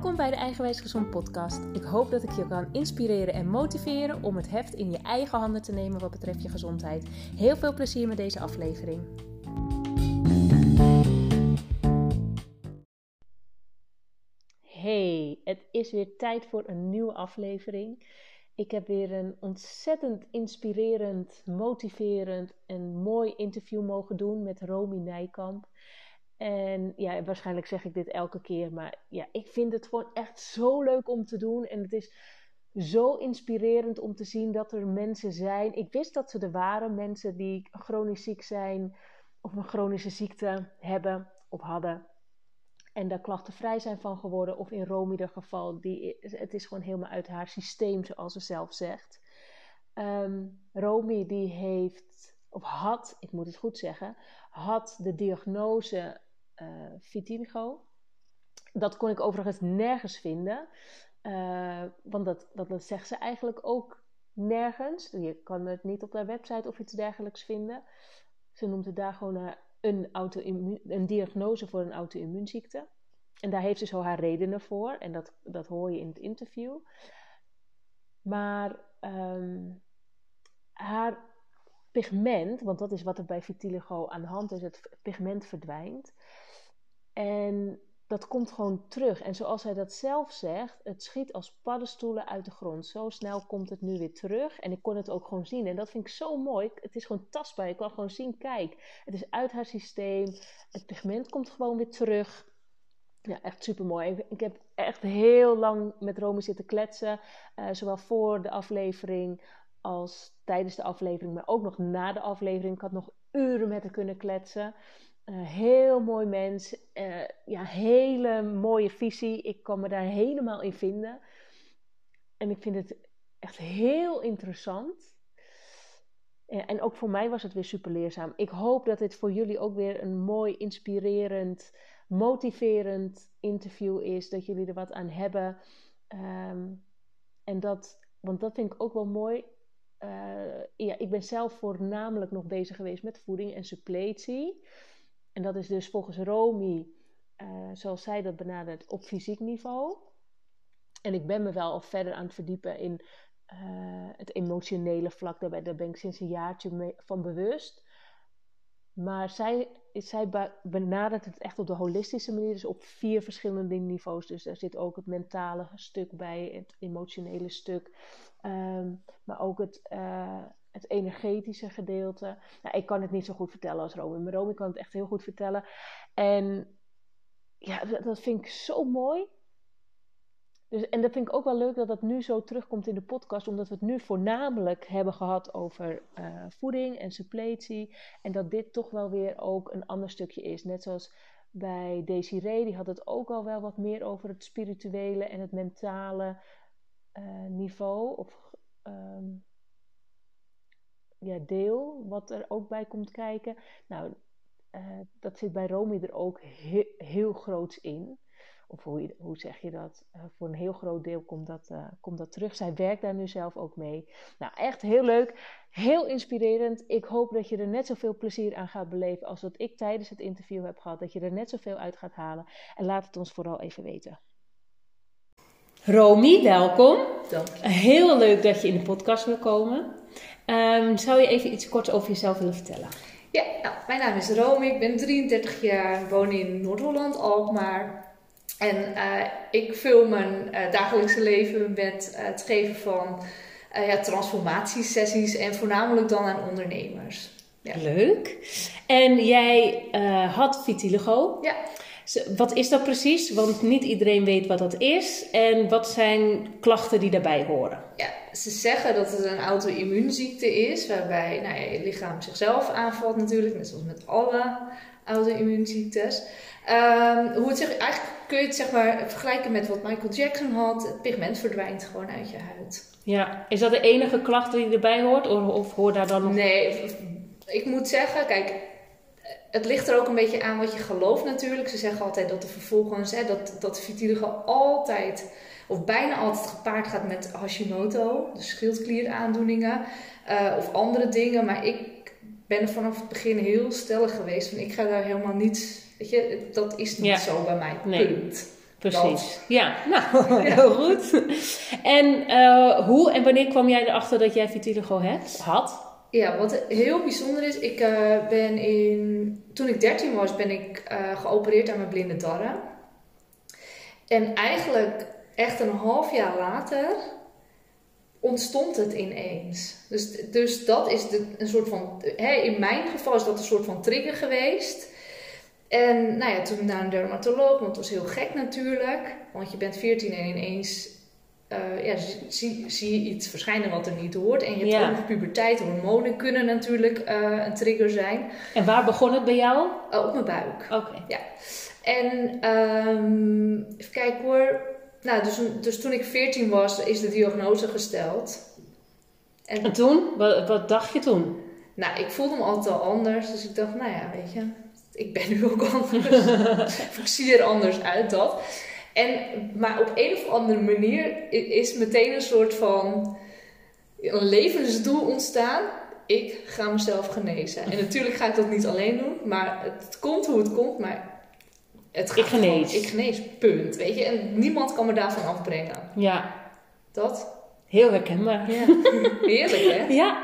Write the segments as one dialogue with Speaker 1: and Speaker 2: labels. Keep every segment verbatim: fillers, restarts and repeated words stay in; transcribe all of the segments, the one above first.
Speaker 1: Welkom bij de Eigenwijs Gezond podcast. Ik hoop dat ik je kan inspireren en motiveren om het heft in je eigen handen te nemen wat betreft je gezondheid. Heel veel plezier met deze aflevering. Hey, het is weer tijd voor een nieuwe aflevering. Ik heb weer een ontzettend inspirerend, motiverend en mooi interview mogen doen met Romy Nijkamp. En ja, waarschijnlijk zeg ik dit elke keer, maar ja, ik vind het gewoon echt zo leuk om te doen. En het is zo inspirerend om te zien dat er mensen zijn. Ik wist dat ze er waren, mensen die chronisch ziek zijn of een chronische ziekte hebben of hadden. En daar klachtenvrij zijn van geworden. Of in Romy de geval, die, het is gewoon helemaal uit haar systeem, zoals ze zelf zegt. Um, Romy die heeft, of had, ik moet het goed zeggen, had de diagnose uh, vitiligo. Dat kon ik overigens nergens vinden. Uh, want dat, dat, dat zegt ze eigenlijk ook nergens. Je kan het niet op haar website of iets dergelijks vinden. Ze noemt het daar gewoon een, een, auto-immu- een diagnose voor een auto-immuunziekte. En daar heeft ze zo haar redenen voor. En dat, dat hoor je in het interview. Maar um, haar pigment, want dat is wat er bij vitiligo aan de hand is, het pigment verdwijnt. En dat komt gewoon terug. En zoals hij dat zelf zegt, het schiet als paddenstoelen uit de grond. Zo snel komt het nu weer terug. En ik kon het ook gewoon zien. En dat vind ik zo mooi. Het is gewoon tastbaar. Ik kan gewoon zien, kijk, het is uit haar systeem. Het pigment komt gewoon weer terug. Ja, echt super mooi. Ik heb echt heel lang met Romy zitten kletsen. Uh, zowel voor de aflevering als tijdens de aflevering. Maar ook nog na de aflevering. Ik had nog uren met haar kunnen kletsen. Uh, heel mooi mens. Uh, ja, hele mooie visie. Ik kan me daar helemaal in vinden. En ik vind het echt heel interessant. Uh, en ook voor mij was het weer super leerzaam. Ik hoop dat dit voor jullie ook weer een mooi, inspirerend, motiverend interview is. Dat jullie er wat aan hebben. Um, en dat, want dat vind ik ook wel mooi. Uh, ja, ik ben zelf voornamelijk nog bezig geweest met voeding en suppletie. En dat is dus volgens Romy, uh, zoals zij dat benadert, op fysiek niveau. En ik ben me wel al verder aan het verdiepen in uh, het emotionele vlak. Daarbij, daar ben ik sinds een jaartje mee, van bewust. Maar zij, zij benadert het echt op de holistische manier. Dus op vier verschillende niveaus. Dus daar zit ook het mentale stuk bij, het emotionele stuk. Um, maar ook het... Uh, Het energetische gedeelte. Nou, ik kan het niet zo goed vertellen als Romy. Maar Romy kan het echt heel goed vertellen. En ja, dat, dat vind ik zo mooi. Dus, en dat vind ik ook wel leuk dat dat nu zo terugkomt in de podcast. Omdat we het nu voornamelijk hebben gehad over uh, voeding en suppletie. En dat dit toch wel weer ook een ander stukje is. Net zoals bij Desiree. Die had het ook al wel wat meer over het spirituele en het mentale uh, niveau. Of... Um, Ja, deel, wat er ook bij komt kijken. Nou, uh, dat zit bij Romy er ook he- heel groots in. Of hoe, je, hoe zeg je dat? Uh, voor een heel groot deel komt dat, uh, komt dat terug. Zij werkt daar nu zelf ook mee. Nou, echt heel leuk. Heel inspirerend. Ik hoop dat je er net zoveel plezier aan gaat beleven als dat ik tijdens het interview heb gehad. Dat je er net zoveel uit gaat halen. En laat het ons vooral even weten. Romy, welkom.
Speaker 2: Dank je.
Speaker 1: Heel leuk dat je in de podcast wil komen. Um, zou je even iets kort over jezelf willen vertellen?
Speaker 2: Ja, nou, mijn naam is Romy, ik ben drieëndertig jaar, woon in Noord-Holland, Alkmaar. En uh, ik vul mijn uh, dagelijkse leven met uh, het geven van uh, ja, transformatiesessies en voornamelijk dan aan ondernemers.
Speaker 1: Ja. Leuk. En jij uh, had vitiligo.
Speaker 2: Ja.
Speaker 1: Wat is dat precies? Want niet iedereen weet wat dat is. En wat zijn klachten die daarbij horen?
Speaker 2: Ja, ze zeggen dat het een auto-immuunziekte is, waarbij nou ja, je lichaam zichzelf aanvalt natuurlijk, net zoals met alle auto-immuunziektes. Um, hoe het zich, eigenlijk kun je het zeg maar vergelijken met wat Michael Jackson had. Het pigment verdwijnt gewoon uit je huid.
Speaker 1: Ja, is dat de enige klacht die erbij hoort? Of, of hoort daar dan nog...
Speaker 2: Nee, ik moet zeggen, kijk... Het ligt er ook een beetje aan wat je gelooft natuurlijk. Ze zeggen altijd dat er vervolgens, hè, dat, dat vitiligo altijd, of bijna altijd gepaard gaat met Hashimoto, dus schildklieraandoeningen uh, of andere dingen. Maar ik ben er vanaf het begin heel stellig geweest van ik ga daar helemaal niet, weet je, dat is niet ja. zo bij mij,
Speaker 1: nee.
Speaker 2: punt.
Speaker 1: Precies.
Speaker 2: Dat.
Speaker 1: Ja, nou, heel goed. En uh, hoe en wanneer kwam jij erachter dat jij vitiligo hebt, had?
Speaker 2: Ja, wat heel bijzonder is, ik uh, ben in... Toen ik dertien was, ben ik uh, geopereerd aan mijn blinde darm. En eigenlijk echt een half jaar later ontstond het ineens. Dus, dus dat is de, een soort van... Hè, in mijn geval is dat een soort van trigger geweest. En nou ja, toen naar een dermatoloog, want het was heel gek natuurlijk. Want je bent veertien en ineens uh, ja, zie, zie je iets verschijnen wat er niet hoort. En je hebt
Speaker 1: ja.
Speaker 2: ook nog puberteit, hormonen kunnen natuurlijk uh, een trigger zijn.
Speaker 1: En waar begon het bij jou?
Speaker 2: Uh, op mijn buik.
Speaker 1: Oké. Okay.
Speaker 2: Ja. En um, even kijken hoor. Nou, dus, dus toen ik veertien was, is de diagnose gesteld.
Speaker 1: En, en toen? Wat, wat dacht je toen?
Speaker 2: Nou, ik voelde me altijd al anders. Dus ik dacht, nou ja, weet je, ik ben nu ook anders. Ik zie er anders uit, dat. En, maar op een of andere manier is meteen een soort van een levensdoel ontstaan. Ik ga mezelf genezen. En natuurlijk ga ik dat niet alleen doen, maar het komt hoe het komt. Maar het gaat
Speaker 1: ik genees.
Speaker 2: Gewoon, ik genees, punt. Weet je? En niemand kan me daarvan afbrengen.
Speaker 1: Ja.
Speaker 2: Dat?
Speaker 1: Heel herkenbaar.
Speaker 2: Ja. Heerlijk, hè?
Speaker 1: Ja.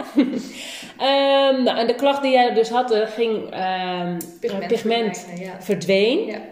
Speaker 1: um, nou, en de klacht die jij dus had, er ging um, pigment, pigment ja. verdween.
Speaker 2: Ja.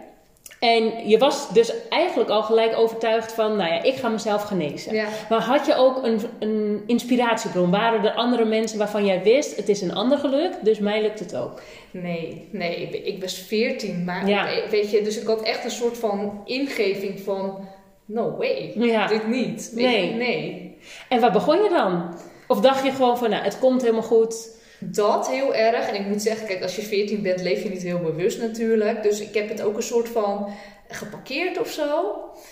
Speaker 1: En je was dus eigenlijk al gelijk overtuigd van, nou ja, ik ga mezelf genezen.
Speaker 2: Ja.
Speaker 1: Maar had je ook een, een inspiratiebron? Waren er andere mensen waarvan jij wist, het is een ander geluk, dus mij lukt het ook?
Speaker 2: Nee, nee, ik, ik was veertien, maar
Speaker 1: ja.
Speaker 2: weet je, dus ik had echt een soort van ingeving van, no way,
Speaker 1: ja.
Speaker 2: dit niet.
Speaker 1: Nee.
Speaker 2: nee.
Speaker 1: En waar begon je dan? Of dacht je gewoon van, nou, het komt helemaal goed?
Speaker 2: Dat heel erg. En ik moet zeggen, kijk, als je veertien bent, leef je niet heel bewust natuurlijk. Dus ik heb het ook een soort van geparkeerd of zo.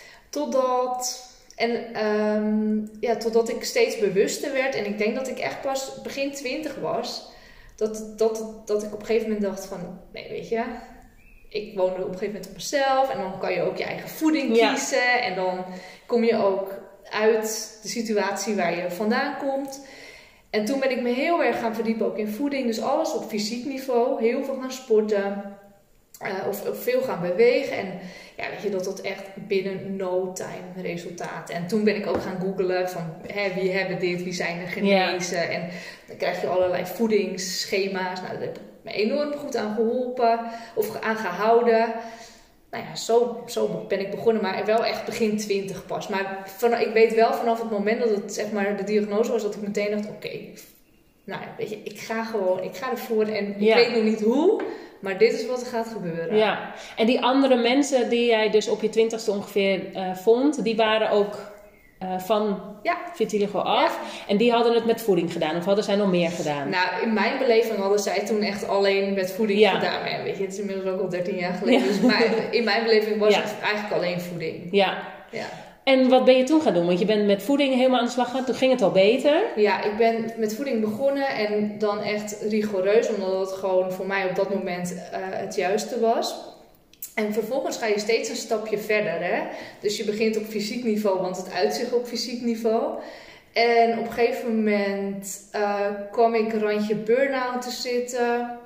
Speaker 2: Totdat, en, um, ja, totdat ik steeds bewuster werd. En ik denk dat ik echt pas begin twintig was. Dat, dat, dat ik op een gegeven moment dacht van, nee, weet je, ik woonde op een gegeven moment op mezelf. En dan kan je ook je eigen voeding
Speaker 1: ja.
Speaker 2: kiezen. En dan kom je ook uit de situatie waar je vandaan komt. En toen ben ik me heel erg gaan verdiepen ook in voeding. Dus alles op fysiek niveau. Heel veel gaan sporten. Uh, of, of veel gaan bewegen. En ja, weet je, dat dat echt binnen no time resultaat. En toen ben ik ook gaan googlen van hè, wie hebben dit, wie zijn er genezen. Ja. En dan krijg je allerlei voedingsschema's. Nou, daar heb ik me enorm goed aan geholpen. Of aan gehouden. Nou ja, zo, zo ben ik begonnen, maar wel echt begin twintig pas. Maar van, ik weet wel vanaf het moment dat het zeg maar de diagnose was, dat ik meteen dacht, oké, okay, nou ja, weet je, ik ga gewoon, ik ga ervoor en ik ja. weet nog niet hoe, maar dit is wat er gaat gebeuren.
Speaker 1: Ja, en die andere mensen die jij dus op je twintigste ongeveer uh, vond, die waren ook uh, van
Speaker 2: ja.
Speaker 1: vitiligo af. Ja. En die hadden het met voeding gedaan, of hadden zij nog meer gedaan?
Speaker 2: Nou, in mijn beleving hadden zij toen echt alleen met voeding ja. gedaan. Maar ja, weet je, het is inmiddels ook al dertien jaar geleden. Ja. Dus maar in mijn beleving was ja. het eigenlijk alleen voeding.
Speaker 1: Ja.
Speaker 2: ja.
Speaker 1: En wat ben je toen gaan doen? Want je bent met voeding helemaal aan de slag gegaan. Toen ging het al beter.
Speaker 2: Ja, ik ben met voeding begonnen en dan echt rigoureus. Omdat het gewoon voor mij op dat moment uh, het juiste was. En vervolgens ga je steeds een stapje verder. Hè? Dus je begint op fysiek niveau, want het uitzicht op fysiek niveau. En op een gegeven moment uh, kwam ik een randje burn-out te zitten.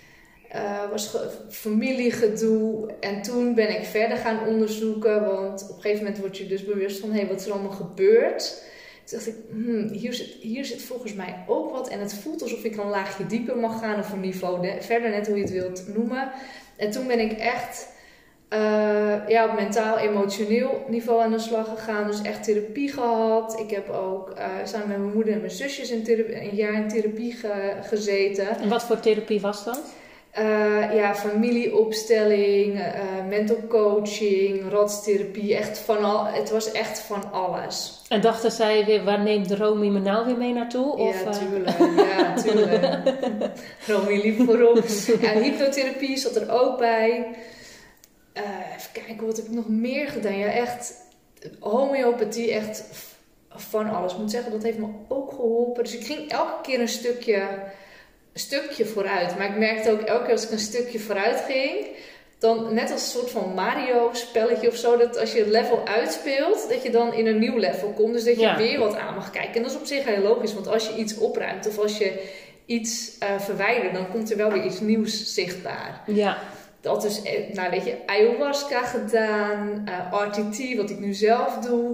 Speaker 2: Uh, was ge- familiegedoe. En toen ben ik verder gaan onderzoeken. Want op een gegeven moment word je dus bewust van, hé, hey, wat is er allemaal gebeurd? Toen dacht ik, hmm, hier, zit, hier zit volgens mij ook wat. En het voelt alsof ik een laagje dieper mag gaan. Of een niveau de, verder, net hoe je het wilt noemen. En toen ben ik echt uh, ja, op mentaal-emotioneel niveau aan de slag gegaan. Dus echt therapie gehad. Ik heb ook uh, samen met mijn moeder en mijn zusjes in therapie, een jaar in therapie ge, gezeten.
Speaker 1: En wat voor therapie was dat?
Speaker 2: Uh, ja, familieopstelling, uh, mental coaching, rodstherapie, echt van al, het was echt van alles.
Speaker 1: En dachten zij weer, waar neemt Romy me nou weer mee naartoe? Of,
Speaker 2: ja, tuurlijk. Uh... Ja, tuurlijk. Romy liep voorop. Ja, hypnotherapie zat er ook bij. Uh, even kijken, wat heb ik nog meer gedaan? Ja, echt homeopathie, echt van alles. Ik moet zeggen, dat heeft me ook geholpen. Dus ik ging elke keer een stukje... Een stukje vooruit. Maar ik merkte ook elke keer als ik een stukje vooruit ging, dan net als een soort van Mario spelletje of zo, dat als je het level uitspeelt, dat je dan in een nieuw level komt. Dus dat je ja. weer wat aan mag kijken. En dat is op zich heel logisch, want als je iets opruimt of als je iets uh, verwijdert, dan komt er wel weer iets nieuws zichtbaar.
Speaker 1: Ja.
Speaker 2: dat is, nou weet je, ayahuasca gedaan, uh, R T T, wat ik nu zelf doe.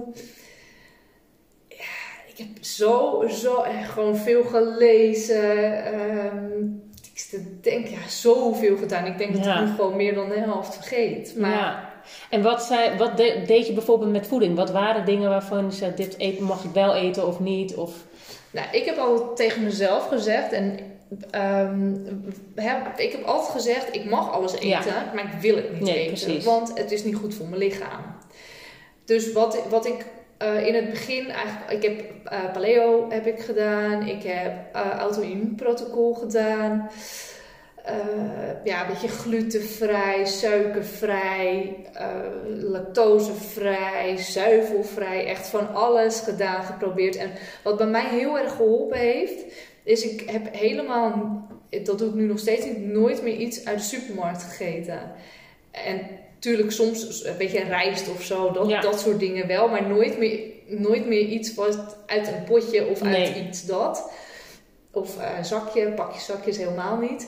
Speaker 2: Ja, ik heb zo, zo echt gewoon veel gelezen. Um, ik denk, ja, zoveel gedaan. Ik denk ja. dat ik nu gewoon meer dan de helft vergeet. Maar...
Speaker 1: Ja. En wat, zei, wat de, deed je bijvoorbeeld met voeding? Wat waren dingen waarvan je zei, dit eten, mag ik wel eten of niet? Of...
Speaker 2: Nou, ik heb al tegen mezelf gezegd en um, heb, ik heb altijd gezegd, ik mag alles eten, ja. maar ik wil het niet
Speaker 1: nee,
Speaker 2: eten.
Speaker 1: Precies.
Speaker 2: Want het is niet goed voor mijn lichaam. Dus wat, wat ik uh, in het begin eigenlijk, ik heb uh, paleo heb ik gedaan, ik heb uh, auto-immuunprotocol gedaan. Uh, ja, een beetje glutenvrij, suikervrij, uh, lactosevrij, zuivelvrij. Echt van alles gedaan, geprobeerd. En wat bij mij heel erg geholpen heeft, is ik heb helemaal, dat doe ik nu nog steeds niet, nooit meer iets uit de supermarkt gegeten. En natuurlijk soms een beetje rijst of zo, dat, ja. dat soort dingen wel. Maar nooit meer, nooit meer iets wat uit een potje of uit nee. iets dat. Of uh, zakje, pakje zakjes helemaal niet.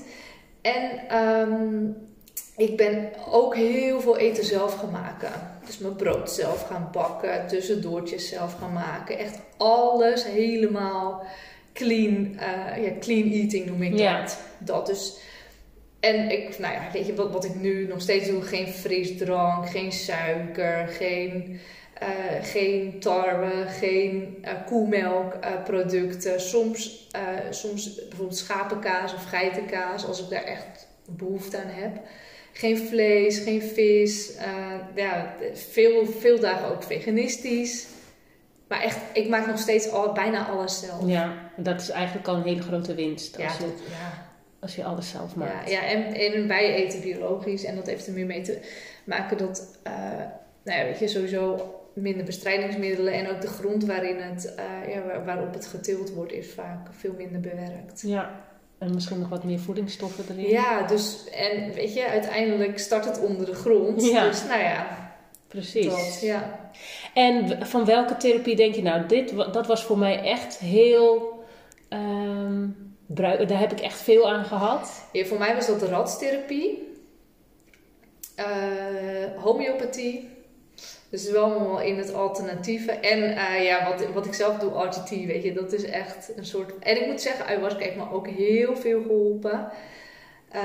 Speaker 2: En um, ik ben ook heel veel eten zelf gaan maken. Dus mijn brood zelf gaan bakken, tussendoortjes zelf gaan maken. Echt alles helemaal clean, uh, ja, clean eating noem ik
Speaker 1: ja.
Speaker 2: dat. Dat dus. En ik, nou ja, weet je wat, wat ik nu nog steeds doe? Geen frisdrank, geen suiker, geen, uh, geen tarwe, geen uh, koemelkproducten. Uh, soms, uh, soms bijvoorbeeld schapenkaas of geitenkaas, als ik daar echt behoefte aan heb. Geen vlees, geen vis. Uh, ja, veel, veel dagen ook veganistisch. Maar echt, ik maak nog steeds al, bijna alles zelf.
Speaker 1: Ja, dat is eigenlijk al een hele grote winst. Als
Speaker 2: ja,
Speaker 1: je,
Speaker 2: dat, ja.
Speaker 1: Als je alles zelf maakt.
Speaker 2: Ja, ja en, en wij eten biologisch. En dat heeft er meer mee te maken dat, uh, nou ja, weet je, sowieso minder bestrijdingsmiddelen. En ook de grond waarin het, uh, ja, waar, waarop het geteeld wordt, is vaak veel minder bewerkt.
Speaker 1: Ja, en misschien nog wat meer voedingsstoffen erin.
Speaker 2: Ja, dus, en weet je, uiteindelijk start het onder de grond.
Speaker 1: Ja.
Speaker 2: Dus, nou ja.
Speaker 1: Precies.
Speaker 2: Dat, ja.
Speaker 1: En van welke therapie denk je nou, dit, dat was voor mij echt heel... Um, Daar heb ik echt veel aan gehad.
Speaker 2: Ja, voor mij was dat de radstherapie. Uh, homeopathie. Dus wel in het alternatieve. En uh, ja, wat, wat ik zelf doe, R T T, weet je. Dat is echt een soort... En ik moet zeggen, ayahuasca heeft me ook heel veel geholpen. Uh,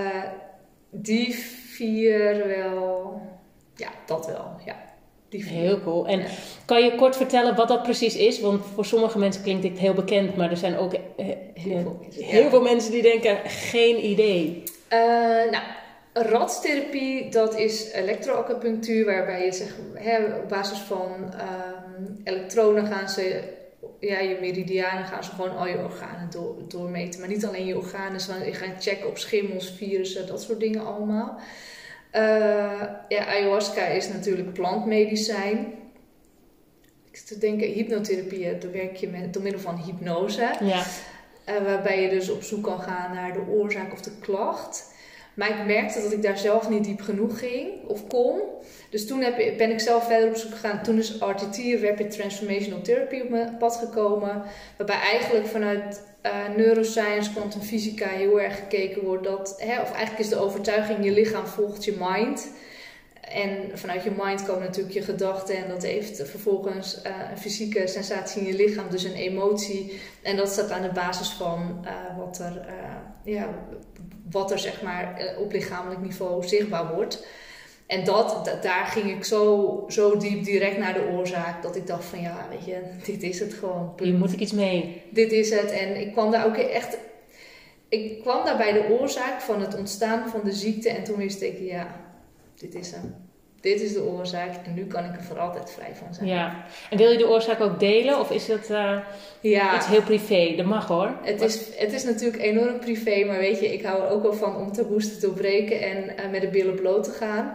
Speaker 2: die vier wel... Ja, dat wel, ja.
Speaker 1: Heel cool. En ja. Kan je kort vertellen wat dat precies is? Want voor sommige mensen klinkt dit heel bekend, maar er zijn ook eh, heel, veel, heel ja. veel mensen die denken, geen idee.
Speaker 2: Uh, nou, radstherapie, dat is elektroacupunctuur, waarbij je zeg, hè, op basis van um, elektronen gaan ze, ja, je meridianen gaan ze gewoon al je organen door, doormeten. Maar niet alleen je organen, ze gaan checken op schimmels, virussen, dat soort dingen allemaal. Uh, ja, ayahuasca is natuurlijk plantmedicijn. Ik zit te denken, hypnotherapie, daar werk je met, door middel van hypnose.
Speaker 1: Ja.
Speaker 2: Uh, waarbij je dus op zoek kan gaan naar de oorzaak of de klacht. Maar ik merkte dat ik daar zelf niet diep genoeg ging of kon. Dus toen heb, ben ik zelf verder op zoek gegaan. Toen is R T T, Rapid Transformational Therapy, op mijn pad gekomen. Waarbij eigenlijk vanuit uh, neuroscience, kwantumfysica heel erg gekeken wordt dat... Hè, of eigenlijk is de overtuiging, je lichaam volgt je mind. En vanuit je mind komen natuurlijk je gedachten. En dat heeft vervolgens uh, een fysieke sensatie in je lichaam, dus een emotie. En dat staat aan de basis van uh, wat er... Uh, ja, wat er zeg maar op lichamelijk niveau zichtbaar wordt. En dat, da, daar ging ik zo, zo diep direct naar de oorzaak, dat ik dacht van ja, weet je, dit is het gewoon.
Speaker 1: Hier moet ik iets mee.
Speaker 2: Dit is het. En ik kwam daar ook echt, ik kwam daar bij de oorzaak van het ontstaan van de ziekte en toen wist ik, ja, dit is hem. Dit is de oorzaak en nu kan ik er voor altijd vrij van zijn.
Speaker 1: Ja. En wil je de oorzaak ook delen of is het uh,
Speaker 2: ja.
Speaker 1: iets heel privé? Dat mag hoor.
Speaker 2: Het is, het is natuurlijk enorm privé, maar weet je, ik hou er ook wel van om taboes te doorbreken en uh, met de billen bloot te gaan.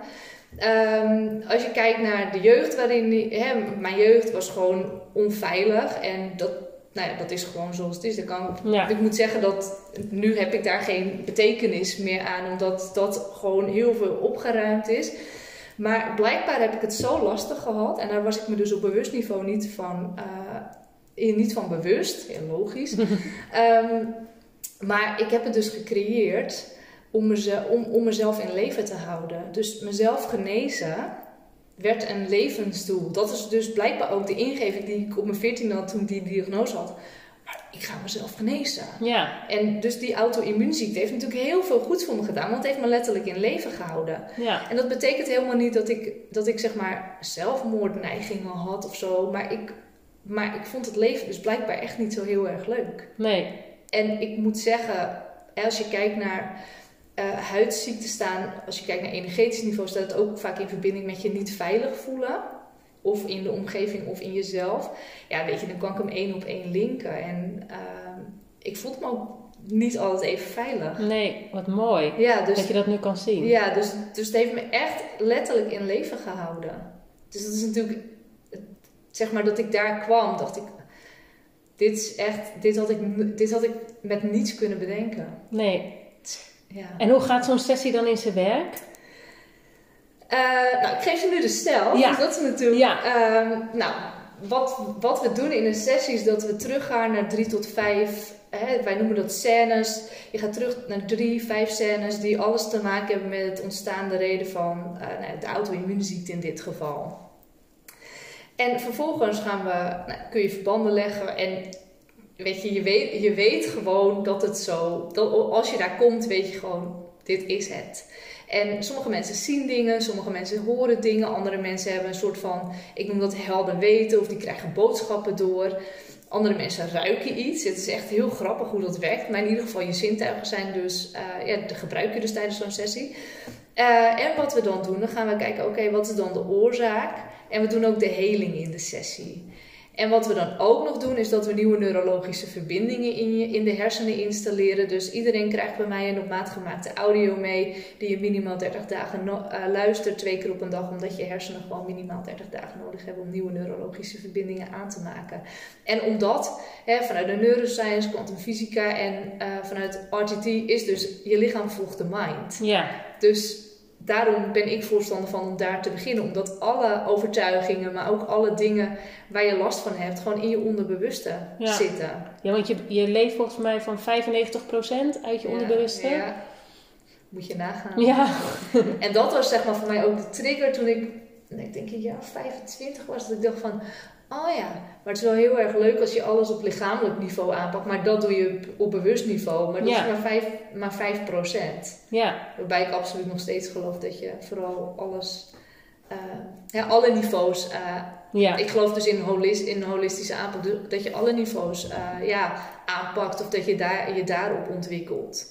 Speaker 2: Um, als je kijkt naar de jeugd waarin, die, hè, mijn jeugd was gewoon onveilig en dat, nou ja, dat is gewoon zoals het is. Dat kan, ja. Ik moet zeggen dat nu heb ik daar geen betekenis meer aan, omdat dat gewoon heel veel opgeruimd is. Maar blijkbaar heb ik het zo lastig gehad. En daar was ik me dus op bewust niveau niet van, uh, niet van bewust. Heel logisch. um, maar ik heb het dus gecreëerd om, mezelf, om, om mezelf in leven te houden. Dus mezelf genezen werd een levensdoel. Dat is dus blijkbaar ook de ingeving die ik op mijn veertiende had toen ik die diagnose had. Maar ik ga mezelf genezen.
Speaker 1: Ja.
Speaker 2: En dus die auto-immuunziekte heeft natuurlijk heel veel goeds voor me gedaan. Want het heeft me letterlijk in leven gehouden.
Speaker 1: Ja.
Speaker 2: En dat betekent helemaal niet dat ik, dat ik zeg maar zelfmoordneigingen had of zo. Maar ik, maar ik vond het leven dus blijkbaar echt niet zo heel erg leuk.
Speaker 1: Nee.
Speaker 2: En ik moet zeggen, als je kijkt naar uh, huidziekten staan, als je kijkt naar energetisch niveau, staat het ook vaak in verbinding met je niet veilig voelen. Of in de omgeving of in jezelf. Ja, weet je, dan kan ik hem één op één linken. En uh, ik voelde me ook niet altijd even veilig.
Speaker 1: Nee, wat mooi.
Speaker 2: Ja, dus,
Speaker 1: dat je dat nu kan zien.
Speaker 2: Ja, dus, dus het heeft me echt letterlijk in leven gehouden. Dus dat is natuurlijk, zeg maar dat ik daar kwam, dacht ik, dit is echt, dit had ik, dit had ik met niets kunnen bedenken.
Speaker 1: Nee.
Speaker 2: Ja.
Speaker 1: En hoe gaat zo'n sessie dan in zijn werk?
Speaker 2: Uh, nou, ik geef je nu de stijl.
Speaker 1: Ja.
Speaker 2: Dus dat is natuurlijk...
Speaker 1: Ja.
Speaker 2: Uh, nou, wat, wat we doen in een sessie is dat we teruggaan naar drie tot vijf... Hè, wij noemen dat scènes. Je gaat terug naar drie, vijf scènes die alles te maken hebben met het ontstaande reden van uh, nou, de auto-immuunziekte in dit geval. En vervolgens gaan we, nou, kun je verbanden leggen en... Weet je, je weet, je weet gewoon dat het zo... Dat als je daar komt, weet je gewoon, dit is het. En sommige mensen zien dingen, sommige mensen horen dingen. Andere mensen hebben een soort van, ik noem dat helder weten, of die krijgen boodschappen door. Andere mensen ruiken iets. Het is echt heel grappig hoe dat werkt. Maar in ieder geval, je zintuigen zijn dus, uh, ja, dat gebruik je dus tijdens zo'n sessie. Uh, en wat we dan doen, dan gaan we kijken, oké, okay, wat is dan de oorzaak? En we doen ook de heling in de sessie. En wat we dan ook nog doen, is dat we nieuwe neurologische verbindingen in, je, in de hersenen installeren. Dus iedereen krijgt bij mij een op maat gemaakte audio mee, die je minimaal dertig dagen no- uh, luistert, twee keer op een dag, omdat je hersenen gewoon minimaal dertig dagen nodig hebben om nieuwe neurologische verbindingen aan te maken. En omdat, hè, vanuit de neuroscience, kwantumfysica en uh, vanuit R T T, is dus je lichaam volgt de mind.
Speaker 1: Ja.
Speaker 2: Dus daarom ben ik voorstander van om daar te beginnen. Omdat alle overtuigingen, maar ook alle dingen waar je last van hebt, gewoon in je onderbewuste
Speaker 1: ja.
Speaker 2: zitten.
Speaker 1: Ja, want je, je leeft volgens mij van vijfennegentig procent uit je
Speaker 2: ja,
Speaker 1: onderbewuste.
Speaker 2: Ja, moet je nagaan.
Speaker 1: Ja.
Speaker 2: En dat was zeg maar voor mij ook de trigger toen ik, ik denk een jaar vijfentwintig was, dat ik dacht van, oh ja, maar het is wel heel erg leuk als je alles op lichamelijk niveau aanpakt, maar dat doe je op bewust niveau. Maar dat ja. is maar vijf, maar vijf procent.
Speaker 1: Ja.
Speaker 2: Waarbij ik absoluut nog steeds geloof dat je vooral alles, uh, ja, alle niveaus, uh, ja. ik geloof dus in, holist, in holistische aanpak, dat je alle niveaus uh, ja, aanpakt of dat je daar, je daarop ontwikkelt.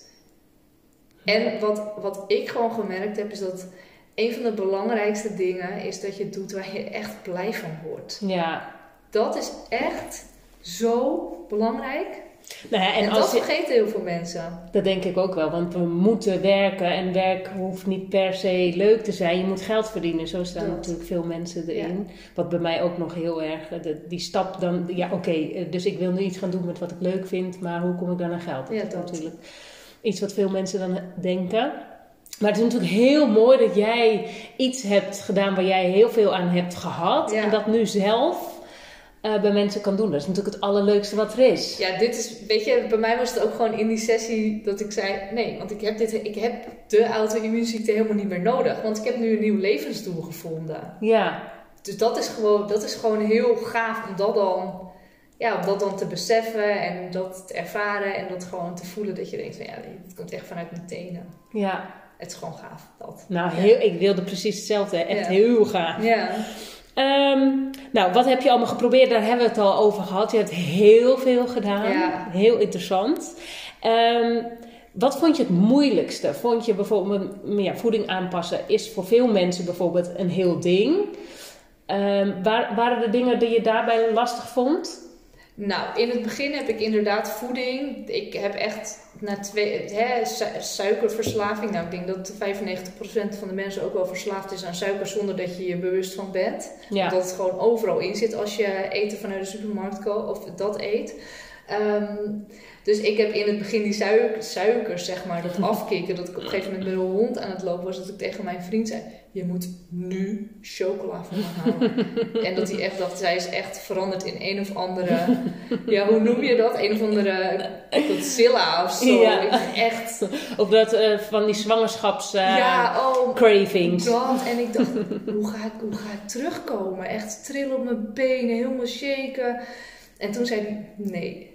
Speaker 2: En wat, wat ik gewoon gemerkt heb, is dat een van de belangrijkste dingen is dat je doet waar je echt blij van wordt.
Speaker 1: Ja.
Speaker 2: Dat is echt zo belangrijk.
Speaker 1: Nou ja, en
Speaker 2: en
Speaker 1: als
Speaker 2: dat vergeten heel veel mensen.
Speaker 1: Dat denk ik ook wel, want we moeten werken en werk hoeft niet per se leuk te zijn. Je moet geld verdienen, zo staan dat. natuurlijk veel mensen erin. Ja. Wat bij mij ook nog heel erg, de, die stap dan, ja oké, okay, dus ik wil nu iets gaan doen met wat ik leuk vind, maar hoe kom ik dan aan geld? Dat
Speaker 2: ja,
Speaker 1: is
Speaker 2: dat.
Speaker 1: natuurlijk iets wat veel mensen dan denken. Maar het is natuurlijk heel mooi dat jij iets hebt gedaan waar jij heel veel aan hebt gehad. Ja. En dat nu zelf uh, bij mensen kan doen. Dat is natuurlijk het allerleukste wat er is.
Speaker 2: Ja, dit is, weet je, bij mij was het ook gewoon in die sessie dat ik zei, nee, want ik heb, dit, ik heb de auto-immuunziekte helemaal niet meer nodig. Want ik heb nu een nieuw levensdoel gevonden.
Speaker 1: Ja.
Speaker 2: Dus dat is gewoon, dat is gewoon heel gaaf om dat dan, ja, om dat dan te beseffen en dat te ervaren. En dat gewoon te voelen dat je denkt van ja, het komt echt vanuit mijn tenen.
Speaker 1: Ja.
Speaker 2: Het is gewoon gaaf, dat.
Speaker 1: Nou, heel, ja. ik wilde precies hetzelfde. Echt ja. heel gaaf.
Speaker 2: Ja.
Speaker 1: Um, nou, wat heb je allemaal geprobeerd? Daar hebben we het al over gehad. Je hebt heel veel gedaan. Ja. Heel interessant. Um, wat vond je het moeilijkste? Vond je bijvoorbeeld, ja, voeding aanpassen is voor veel mensen bijvoorbeeld een heel ding. Um, waar, waren er dingen die je daarbij lastig vond?
Speaker 2: Nou, in het begin heb ik inderdaad voeding. Ik heb echt na twee, hè, su- suikerverslaving. Nou, ik denk dat vijfennegentig procent van de mensen ook wel verslaafd is aan suiker zonder dat je je bewust van bent. Ja. Omdat het gewoon overal in zit als je eten vanuit de supermarkt koopt of dat eet. Um, dus ik heb in het begin die suik, suikers, zeg maar, dat afkicken. Dat ik op een gegeven moment met een hond aan het lopen was. Dat ik tegen mijn vriend zei, je moet nu chocola van me halen. En dat hij echt dacht, zij is echt veranderd in een of andere... Ja, hoe noem je dat? Een of andere Godzilla of zo.
Speaker 1: Ja.
Speaker 2: Echt.
Speaker 1: Of dat uh, van die zwangerschaps uh,
Speaker 2: ja, oh,
Speaker 1: cravings.
Speaker 2: Dat. En ik dacht, hoe ga ik, hoe ga ik terugkomen? Echt trillen op mijn benen, helemaal shaken. En toen zei hij, nee.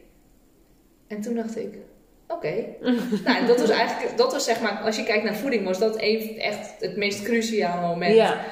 Speaker 2: En toen dacht ik, oké. Okay. Nou, dat was eigenlijk, dat was zeg maar, als je kijkt naar voeding, was dat even echt het meest cruciale moment.
Speaker 1: Ja.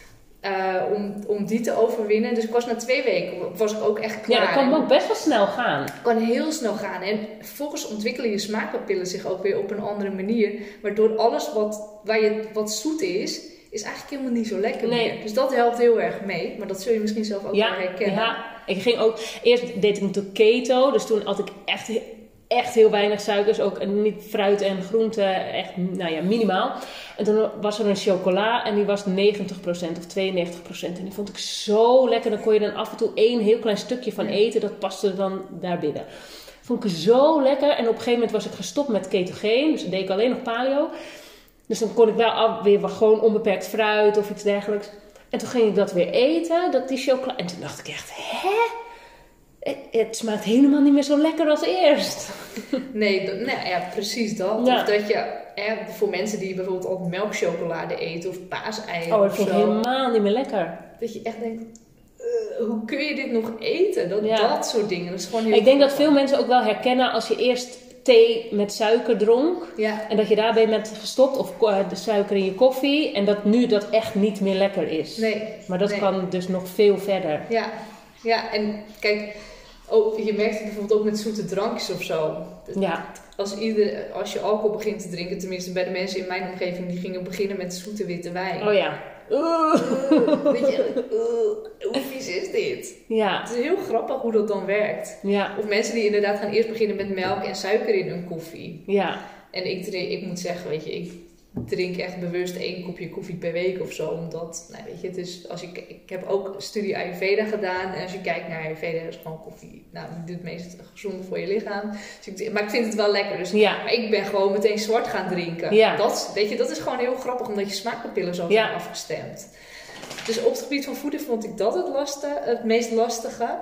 Speaker 2: Uh, om, om die te overwinnen. Dus ik was na twee weken, was ik ook echt klaar.
Speaker 1: Ja, dat kan ook best wel snel gaan.
Speaker 2: Het kan heel snel gaan. En vervolgens ontwikkelen je smaakpapillen zich ook weer op een andere manier. Waardoor alles wat, waar je, wat zoet is, is eigenlijk helemaal niet zo lekker
Speaker 1: nee.
Speaker 2: meer. Dus dat helpt heel erg mee. Maar dat zul je misschien zelf ook
Speaker 1: ja,
Speaker 2: wel herkennen.
Speaker 1: Ja, ik ging ook... Eerst deed ik natuurlijk keto. Dus toen had ik echt, echt heel weinig suikers. Ook niet fruit en groenten. Echt, nou ja, minimaal. En toen was er een chocola. En die was negentig procent of tweeënnegentig procent. En die vond ik zo lekker. Dan kon je dan af en toe één heel klein stukje van eten. Dat paste dan daar binnen. Vond ik zo lekker. En op een gegeven moment was ik gestopt met ketogeen. Dus deed ik alleen nog paleo. Dus dan kon ik wel af, weer gewoon onbeperkt fruit of iets dergelijks. En toen ging ik dat weer eten, dat die chocola. En toen dacht ik echt, hè? Het, het smaakt helemaal niet meer zo lekker als eerst.
Speaker 2: Nee, dat, nou ja, precies dat. Ja. Of dat je, hè, voor mensen die bijvoorbeeld ook melkchocolade eten of paaseieren
Speaker 1: Oh, dat
Speaker 2: of
Speaker 1: vind ik
Speaker 2: zo.
Speaker 1: helemaal niet meer lekker.
Speaker 2: Dat je echt denkt, uh, hoe kun je dit nog eten? Dat,
Speaker 1: ja.
Speaker 2: dat soort dingen. Dat is gewoon heel
Speaker 1: ik denk
Speaker 2: grappig.
Speaker 1: dat veel mensen ook wel herkennen als je eerst thee met suiker dronk.
Speaker 2: Ja.
Speaker 1: En dat je daarbij bent gestopt. Of de suiker in je koffie. En dat nu dat echt niet meer lekker is.
Speaker 2: Nee.
Speaker 1: Maar dat
Speaker 2: nee.
Speaker 1: kan dus nog veel verder.
Speaker 2: Ja. Ja, en kijk... Oh, je merkt het bijvoorbeeld ook met zoete drankjes of zo.
Speaker 1: Ja.
Speaker 2: Als, ieder, als je alcohol begint te drinken, tenminste bij de mensen in mijn omgeving, die gingen beginnen met zoete witte wijn.
Speaker 1: Oh ja.
Speaker 2: Uh, weet je, uh, hoe vies is dit?
Speaker 1: Ja.
Speaker 2: Het is heel grappig hoe dat dan werkt.
Speaker 1: Ja.
Speaker 2: Of mensen die inderdaad gaan eerst beginnen met melk en suiker in hun koffie.
Speaker 1: Ja.
Speaker 2: En ik, ik moet zeggen, weet je, ik drink echt bewust één kopje koffie per week of zo. Omdat, nou weet je, het is, als ik, ik heb ook studie Ayurveda gedaan. En als je kijkt naar Ayurveda, is gewoon koffie, nou, die doet het meest gezond voor je lichaam. Dus ik, maar ik vind het wel lekker. Dus
Speaker 1: ja.
Speaker 2: maar ik ben gewoon meteen zwart gaan drinken.
Speaker 1: Ja.
Speaker 2: Dat, weet je, dat is gewoon heel grappig, omdat je smaakpapillen zo
Speaker 1: ja.
Speaker 2: zijn afgestemd. Dus op het gebied van voeding vond ik dat het, lastige, het meest lastige.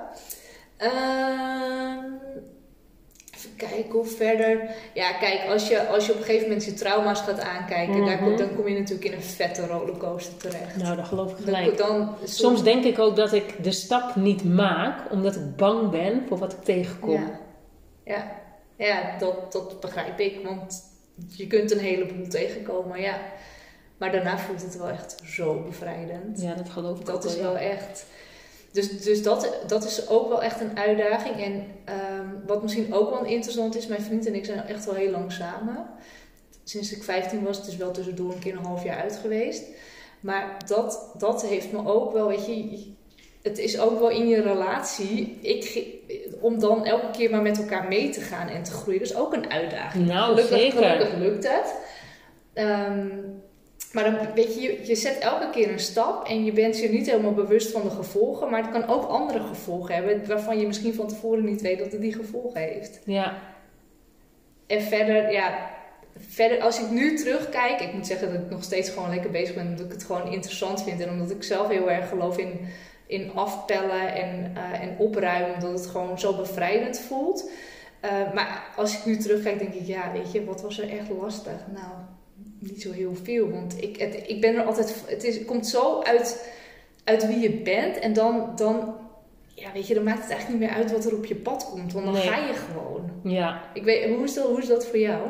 Speaker 2: Uh, Even kijken hoe verder. Ja, kijk, als je, als je op een gegeven moment je trauma's gaat aankijken, mm-hmm. daar, dan kom je natuurlijk in een vette rollercoaster terecht.
Speaker 1: Nou, dat geloof ik gelijk.
Speaker 2: Dan, dan, soms...
Speaker 1: soms denk ik ook dat ik de stap niet maak, omdat ik bang ben voor wat ik tegenkom.
Speaker 2: Ja, ja. ja dat, dat begrijp ik, want je kunt een heleboel tegenkomen, ja. Maar daarna voelt het wel echt zo bevrijdend.
Speaker 1: Ja, dat geloof ik
Speaker 2: dat
Speaker 1: ook
Speaker 2: is
Speaker 1: wel,
Speaker 2: wel
Speaker 1: ja.
Speaker 2: echt... Dus, dus dat, dat is ook wel echt een uitdaging. En um, wat misschien ook wel interessant is, mijn vriend en ik zijn echt wel heel lang samen. Sinds ik vijftien was, het is wel tussendoor een keer een half jaar uit geweest. Maar dat, dat heeft me ook wel, weet je, het is ook wel in je relatie, ik, om dan elke keer maar met elkaar mee te gaan en te groeien. Dat is ook een uitdaging.
Speaker 1: Nou,
Speaker 2: gelukkig,
Speaker 1: zeker.
Speaker 2: Gelukkig lukt het. Um, Maar dan, weet je, je, je zet elke keer een stap en je bent je niet helemaal bewust van de gevolgen. Maar het kan ook andere gevolgen hebben waarvan je misschien van tevoren niet weet dat het die gevolgen heeft.
Speaker 1: Ja.
Speaker 2: En verder, ja, verder als ik nu terugkijk, ik moet zeggen dat ik nog steeds gewoon lekker bezig ben. Omdat ik het gewoon interessant vind en omdat ik zelf heel erg geloof in, in afpellen en, uh, en opruimen. Omdat het gewoon zo bevrijdend voelt. Uh, maar als ik nu terugkijk, denk ik, ja, weet je, wat was er echt lastig? Nou... Niet zo heel veel, want ik, het, ik ben er altijd... Het, is, het komt zo uit, uit wie je bent en dan, dan... Ja, weet je, dan maakt het eigenlijk niet meer uit wat er op je pad komt. Want dan nee. ga je gewoon.
Speaker 1: Ja.
Speaker 2: Ik weet, hoe, is dat, hoe is dat voor jou?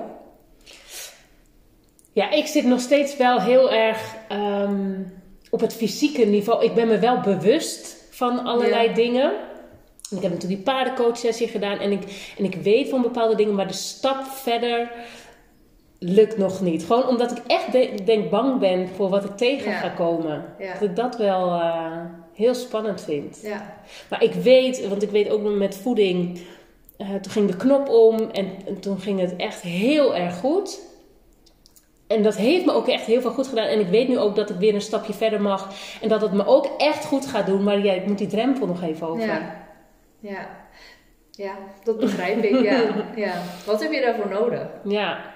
Speaker 1: Ja, ik zit nog steeds wel heel erg um, op het fysieke niveau. Ik ben me wel bewust van allerlei ja. dingen. Ik heb natuurlijk die paardencoach-sessie gedaan. En ik, en ik weet van bepaalde dingen, maar de stap verder... lukt nog niet. Gewoon omdat ik echt de, denk bang ben voor wat ik tegen ja. ga komen. Ja. Dat ik dat wel uh, heel spannend vind.
Speaker 2: Ja.
Speaker 1: Maar ik weet, want ik weet ook nog met voeding... Uh, toen ging de knop om en, en toen ging het echt heel erg goed. En dat heeft me ook echt heel veel goed gedaan. En ik weet nu ook dat ik weer een stapje verder mag. En dat het me ook echt goed gaat doen. Maar ja, ik moet die drempel nog even over.
Speaker 2: Ja. Ja. Ja, dat begrijp ik, ja. ja. Wat heb je daarvoor nodig?
Speaker 1: Ja.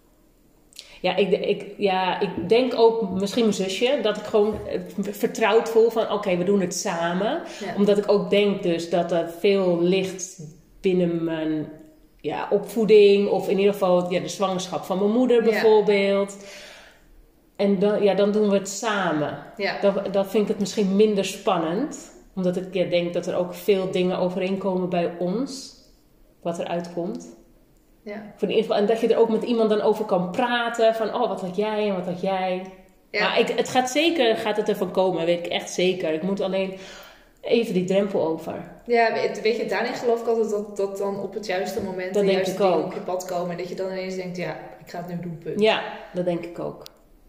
Speaker 1: Ja ik, ik, ja, ik denk ook, misschien mijn zusje, dat ik gewoon vertrouwd voel van oké, okay, we doen het samen. Ja. Omdat ik ook denk dus dat er veel ligt binnen mijn ja, opvoeding of in ieder geval ja, de zwangerschap van mijn moeder bijvoorbeeld. Ja. En dan, ja, dan doen we het samen. Ja. Dan, dan vind ik het misschien minder spannend. Omdat ik ja, denk dat er ook veel dingen overeenkomen bij ons. Wat eruit komt. Ja. Voor in ieder geval, en dat je er ook met iemand dan over kan praten. Van, oh, wat had jij en wat had jij. Ja. Maar ik, het gaat zeker, gaat het ervan komen. Weet ik echt zeker. Ik moet alleen even die drempel over.
Speaker 2: Ja, weet je, daarin geloof ik altijd dat, dat dan op het juiste moment...
Speaker 1: Dat
Speaker 2: de
Speaker 1: denk
Speaker 2: juiste
Speaker 1: ik
Speaker 2: dingen
Speaker 1: ook.
Speaker 2: op je pad komen. En dat je dan ineens denkt, ja, ik ga het nu doen, punt.
Speaker 1: Ja, dat denk ik ook.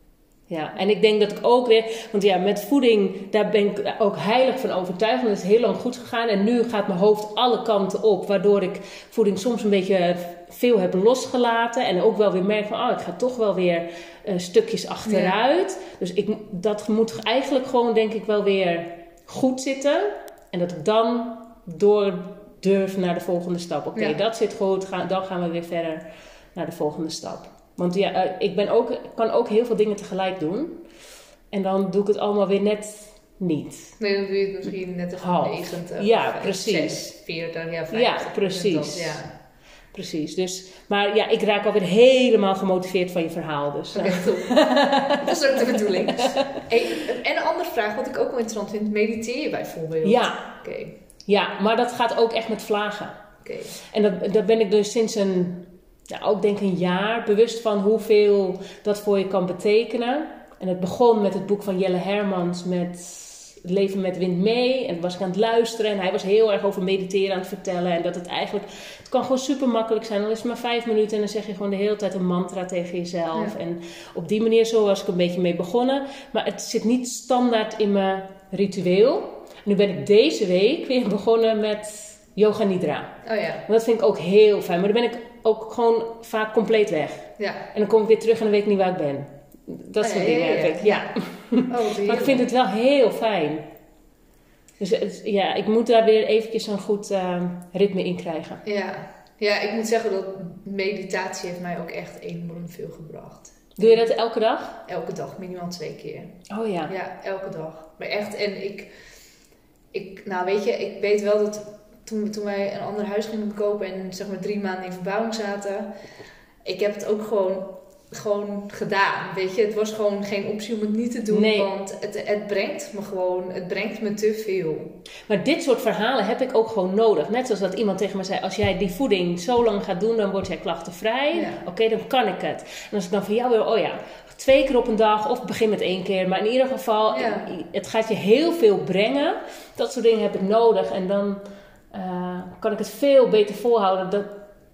Speaker 1: Ja, en ik denk dat ik ook weer... Want ja, met voeding, daar ben ik ook heilig van overtuigd. Want het is heel lang goed gegaan. En nu gaat mijn hoofd alle kanten op. Waardoor ik voeding soms een beetje veel heb losgelaten. En ook wel weer merk van... Oh, ik ga toch wel weer uh, stukjes achteruit. Ja. Dus ik, dat moet eigenlijk gewoon, denk ik, wel weer goed zitten. En dat ik dan door durf naar de volgende stap. Oké, okay, ja. dat zit goed. Ga, dan gaan we weer verder naar de volgende stap. Want ja, uh, ik ben ook, kan ook heel veel dingen tegelijk doen. En dan doe ik het allemaal weer net niet.
Speaker 2: Nee, dan doe je het misschien net als negentig.
Speaker 1: Ja, precies.
Speaker 2: zes, veertig, ja, vijftig.
Speaker 1: Ja, precies.
Speaker 2: Dat, ja.
Speaker 1: Precies. Dus, maar ja, ik raak alweer helemaal gemotiveerd van je verhaal. Dus,
Speaker 2: Oké, okay, cool. Dat is ook de bedoeling. Hey, en een andere vraag, wat ik ook wel interessant vind. Mediteer je bijvoorbeeld?
Speaker 1: Ja.
Speaker 2: Okay.
Speaker 1: Ja, maar dat gaat ook echt met vlagen.
Speaker 2: Oké. Okay.
Speaker 1: En dat, dat ben ik dus sinds een... Ja, ook denk een jaar bewust van hoeveel dat voor je kan betekenen. En het begon met het boek van Jelle Hermans met Het leven met wind mee. En toen was ik aan het luisteren en hij was heel erg over mediteren aan het vertellen. En dat het eigenlijk, het kan gewoon super makkelijk zijn. Dan is het maar vijf minuten en dan zeg je gewoon de hele tijd een mantra tegen jezelf. Ja. En op die manier zo was ik een beetje mee begonnen. Maar het zit niet standaard in mijn ritueel. En nu ben ik deze week weer begonnen met yoga nidra.
Speaker 2: Oh ja.
Speaker 1: En dat vind ik ook heel fijn. Maar dan ben ik ook gewoon vaak compleet weg.
Speaker 2: Ja.
Speaker 1: En dan kom ik weer terug en dan weet ik niet waar ik ben. Dat soort
Speaker 2: oh,
Speaker 1: dingen
Speaker 2: ja, ja, ja.
Speaker 1: heb ik. Ja.
Speaker 2: Oh,
Speaker 1: maar ik vind het wel heel fijn. Dus het, ja, ik moet daar weer eventjes een goed uh, ritme in krijgen.
Speaker 2: Ja. Ja, ik moet zeggen dat meditatie heeft mij ook echt enorm veel gebracht.
Speaker 1: Doe je dat elke dag?
Speaker 2: Elke dag, minimaal twee keer.
Speaker 1: Oh ja.
Speaker 2: Ja, elke dag. Maar echt, en ik, ik nou weet je, ik weet wel dat toen, toen wij een ander huis gingen kopen en zeg maar drie maanden in verbouwing zaten, ik heb het ook gewoon, gewoon gedaan, weet je. Het was gewoon geen optie om het niet te doen,
Speaker 1: nee.
Speaker 2: want het, het brengt me gewoon, het brengt me te veel.
Speaker 1: Maar dit soort verhalen heb ik ook gewoon nodig. Net zoals dat iemand tegen me zei, als jij die voeding zo lang gaat doen, dan word jij klachtenvrij. Ja. Oké, okay, dan kan ik het. En als ik dan van jou wil, oh ja, twee keer op een dag of begin met één keer. Maar in ieder geval,
Speaker 2: ja.
Speaker 1: het gaat je heel veel brengen. Dat soort dingen heb ik nodig. En dan uh, kan ik het veel beter volhouden. Dat,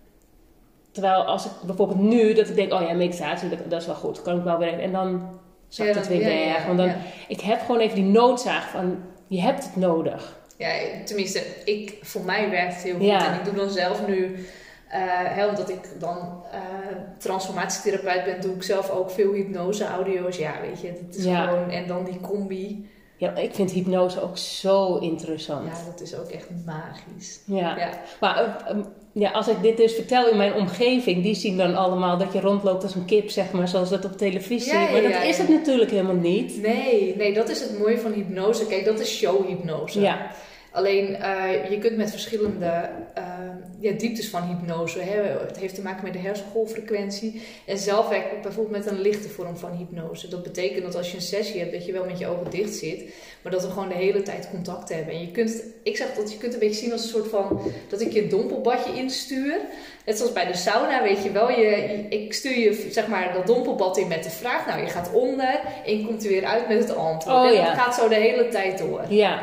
Speaker 1: terwijl als ik bijvoorbeeld nu, dat ik denk, oh ja, meditatie, dat, dat is wel goed. Kan ik wel werken. En dan zakt
Speaker 2: ja,
Speaker 1: het weer
Speaker 2: ja,
Speaker 1: weg.
Speaker 2: ja,
Speaker 1: Want dan,
Speaker 2: ja.
Speaker 1: ik heb gewoon even die noodzaak van, je hebt het nodig.
Speaker 2: Ja, tenminste, ik, voor mij werkt het heel goed.
Speaker 1: Ja.
Speaker 2: En ik doe dan zelf nu, uh, hè, omdat ik dan uh, transformatietherapeut ben, doe ik zelf ook veel hypnose-audio's. Ja, weet je, dat is
Speaker 1: ja.
Speaker 2: gewoon, en dan die combi.
Speaker 1: Ja, ik vind hypnose ook zo interessant.
Speaker 2: Ja, dat is ook echt magisch.
Speaker 1: Ja,
Speaker 2: ja.
Speaker 1: maar uh, um, ja, als ik dit dus vertel in mijn omgeving, die zien dan allemaal dat je rondloopt als een kip, zeg maar, zoals dat op televisie.
Speaker 2: Ja, ja,
Speaker 1: maar dat
Speaker 2: ja,
Speaker 1: is
Speaker 2: ja.
Speaker 1: het natuurlijk helemaal niet.
Speaker 2: Nee, nee, dat is het mooie van hypnose. Kijk, dat is showhypnose.
Speaker 1: Ja.
Speaker 2: Alleen, uh, je kunt met verschillende uh, ja, dieptes van hypnose, hè, het heeft te maken met de hersengolffrequentie. En zelf werk ik bijvoorbeeld met een lichte vorm van hypnose. Dat betekent dat als je een sessie hebt, dat je wel met je ogen dicht zit, maar dat we gewoon de hele tijd contact hebben. En je kunt, ik zeg dat je kunt een beetje zien als een soort van, dat ik je een dompelbadje instuur. Net zoals bij de sauna, weet je wel, je, ik stuur je zeg maar dat dompelbad in met de vraag, nou je gaat onder en je komt er weer uit met het antwoord.
Speaker 1: Oh,
Speaker 2: en
Speaker 1: ja.
Speaker 2: dat gaat zo de hele tijd door.
Speaker 1: Ja.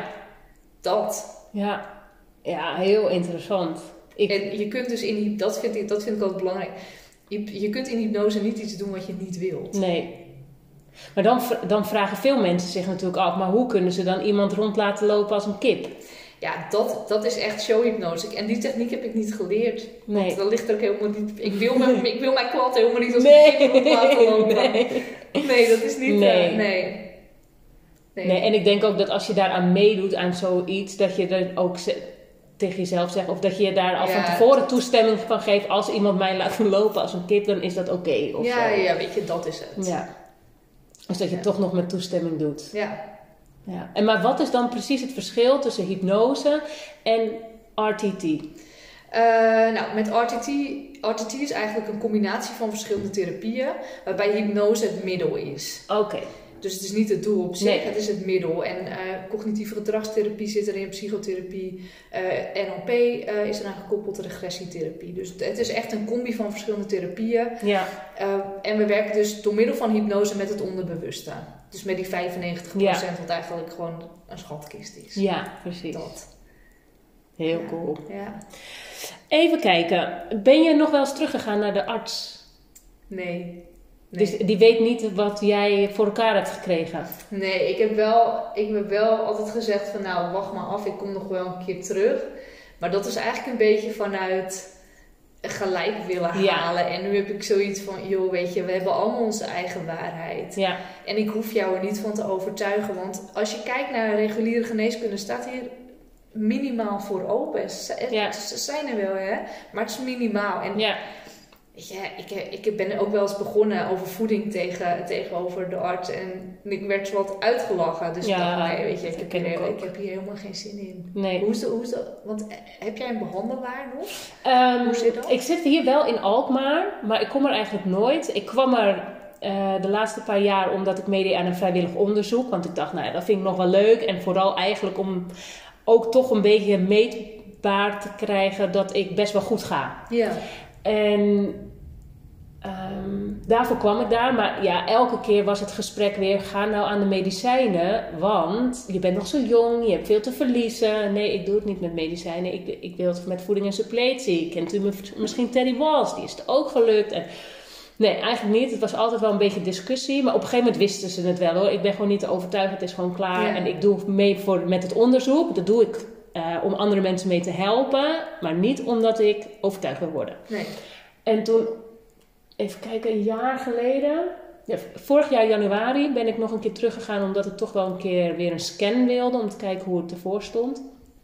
Speaker 2: Dat.
Speaker 1: Ja, ja, heel interessant. Ik...
Speaker 2: En je kunt dus in, dat vind ik, dat vind ik altijd belangrijk. Je, je kunt in hypnose niet iets doen wat je niet wilt.
Speaker 1: Nee. Maar dan, dan vragen veel mensen zich natuurlijk af, maar hoe kunnen ze dan iemand rond laten lopen als een kip?
Speaker 2: Ja, dat, dat is echt showhypnose. En die techniek heb ik niet geleerd.
Speaker 1: Nee.
Speaker 2: Want dat ligt er ook helemaal niet. Ik wil, me, ik wil mijn klant helemaal niet als
Speaker 1: nee,
Speaker 2: een kip rond laten lopen.
Speaker 1: Nee.
Speaker 2: nee, dat is niet.
Speaker 1: Nee.
Speaker 2: Uh, nee.
Speaker 1: Nee. nee, en ik denk ook dat als je daaraan meedoet aan zoiets, dat je er ook tegen jezelf zegt. Of dat je daar al
Speaker 2: Ja,
Speaker 1: van tevoren
Speaker 2: dat-
Speaker 1: toestemming van geeft. Als iemand mij laat lopen als een kip, dan is dat oké. Okay,
Speaker 2: ja,
Speaker 1: zo.
Speaker 2: ja, weet je, dat is het.
Speaker 1: Ja. Dus dat je
Speaker 2: Ja.
Speaker 1: het toch nog met toestemming doet.
Speaker 2: Ja.
Speaker 1: Ja. En maar wat is dan precies het verschil tussen hypnose en R T T?
Speaker 2: Uh, nou, met R T T, R T T is eigenlijk een combinatie van verschillende therapieën, waarbij hypnose het middel is.
Speaker 1: Oké. Okay.
Speaker 2: Dus het is niet het doel op zich,
Speaker 1: Nee.
Speaker 2: het is het middel. En uh, cognitieve gedragstherapie zit erin, psychotherapie, uh, N L P uh, is eraan gekoppeld, regressietherapie. Dus het is echt een combi van verschillende therapieën.
Speaker 1: Ja.
Speaker 2: Uh, en we werken dus door middel van hypnose met het onderbewuste. Dus met die vijfennegentig procent
Speaker 1: Ja.
Speaker 2: wat eigenlijk gewoon een schatkist is.
Speaker 1: Ja, precies.
Speaker 2: Dat.
Speaker 1: Heel
Speaker 2: Ja.
Speaker 1: cool.
Speaker 2: Ja.
Speaker 1: Even kijken. Ben je nog wel eens teruggegaan naar de arts?
Speaker 2: Nee.
Speaker 1: Nee. Dus die weet niet wat jij voor elkaar hebt gekregen?
Speaker 2: Nee, ik heb wel, ik heb wel altijd gezegd van nou, wacht maar af, ik kom nog wel een keer terug. Maar dat is eigenlijk een beetje vanuit gelijk willen halen. Ja. En nu heb ik zoiets van, joh, weet je, we hebben allemaal onze eigen waarheid.
Speaker 1: Ja.
Speaker 2: En ik hoef jou er niet van te overtuigen. Want als je kijkt naar reguliere geneeskunde, staat hier minimaal voor open. Ze,
Speaker 1: ja.
Speaker 2: ze zijn er wel, hè. Maar het is minimaal. En
Speaker 1: ja.
Speaker 2: Ja, ik, ik ben ook wel eens begonnen over voeding tegen, tegenover de arts. En ik werd zo wat uitgelachen. Dus
Speaker 1: ja,
Speaker 2: ik dacht, nee, weet je, ik heb, hier,
Speaker 1: ik,
Speaker 2: ik heb hier helemaal geen zin in.
Speaker 1: Nee.
Speaker 2: Hoe is dat? Hoe is dat? Want heb jij een behandelaar nog?
Speaker 1: Um,
Speaker 2: hoe zit dat?
Speaker 1: Ik zit hier wel in Alkmaar, maar ik kom er eigenlijk nooit. Ik kwam er uh, de laatste paar jaar omdat ik meedeed aan een vrijwillig onderzoek. Want ik dacht, nou ja, dat vind ik nog wel leuk. En vooral eigenlijk om ook toch een beetje meetbaar te krijgen dat ik best wel goed ga.
Speaker 2: Ja.
Speaker 1: En um, daarvoor kwam ik daar. Maar ja, elke keer was het gesprek weer, ga nou aan de medicijnen. Want je bent nog zo jong, je hebt veel te verliezen. Nee, ik doe het niet met medicijnen. Ik, ik wil het met voeding en suppletie. Kent u misschien Terry Walls? Die is het ook gelukt. En nee, eigenlijk niet. Het was altijd wel een beetje discussie. Maar op een gegeven moment wisten ze het wel hoor. Ik ben gewoon niet te overtuigen. Het is gewoon klaar. Ja. En ik doe mee voor, met het onderzoek. Dat doe ik uh, om andere mensen mee te helpen. Maar niet omdat ik overtuigd wil worden.
Speaker 2: Nee.
Speaker 1: En toen, even kijken, een jaar geleden. Ja, vorig jaar januari ben ik nog een keer teruggegaan. Omdat ik toch wel een keer weer een scan wilde. Om te kijken hoe het ervoor stond.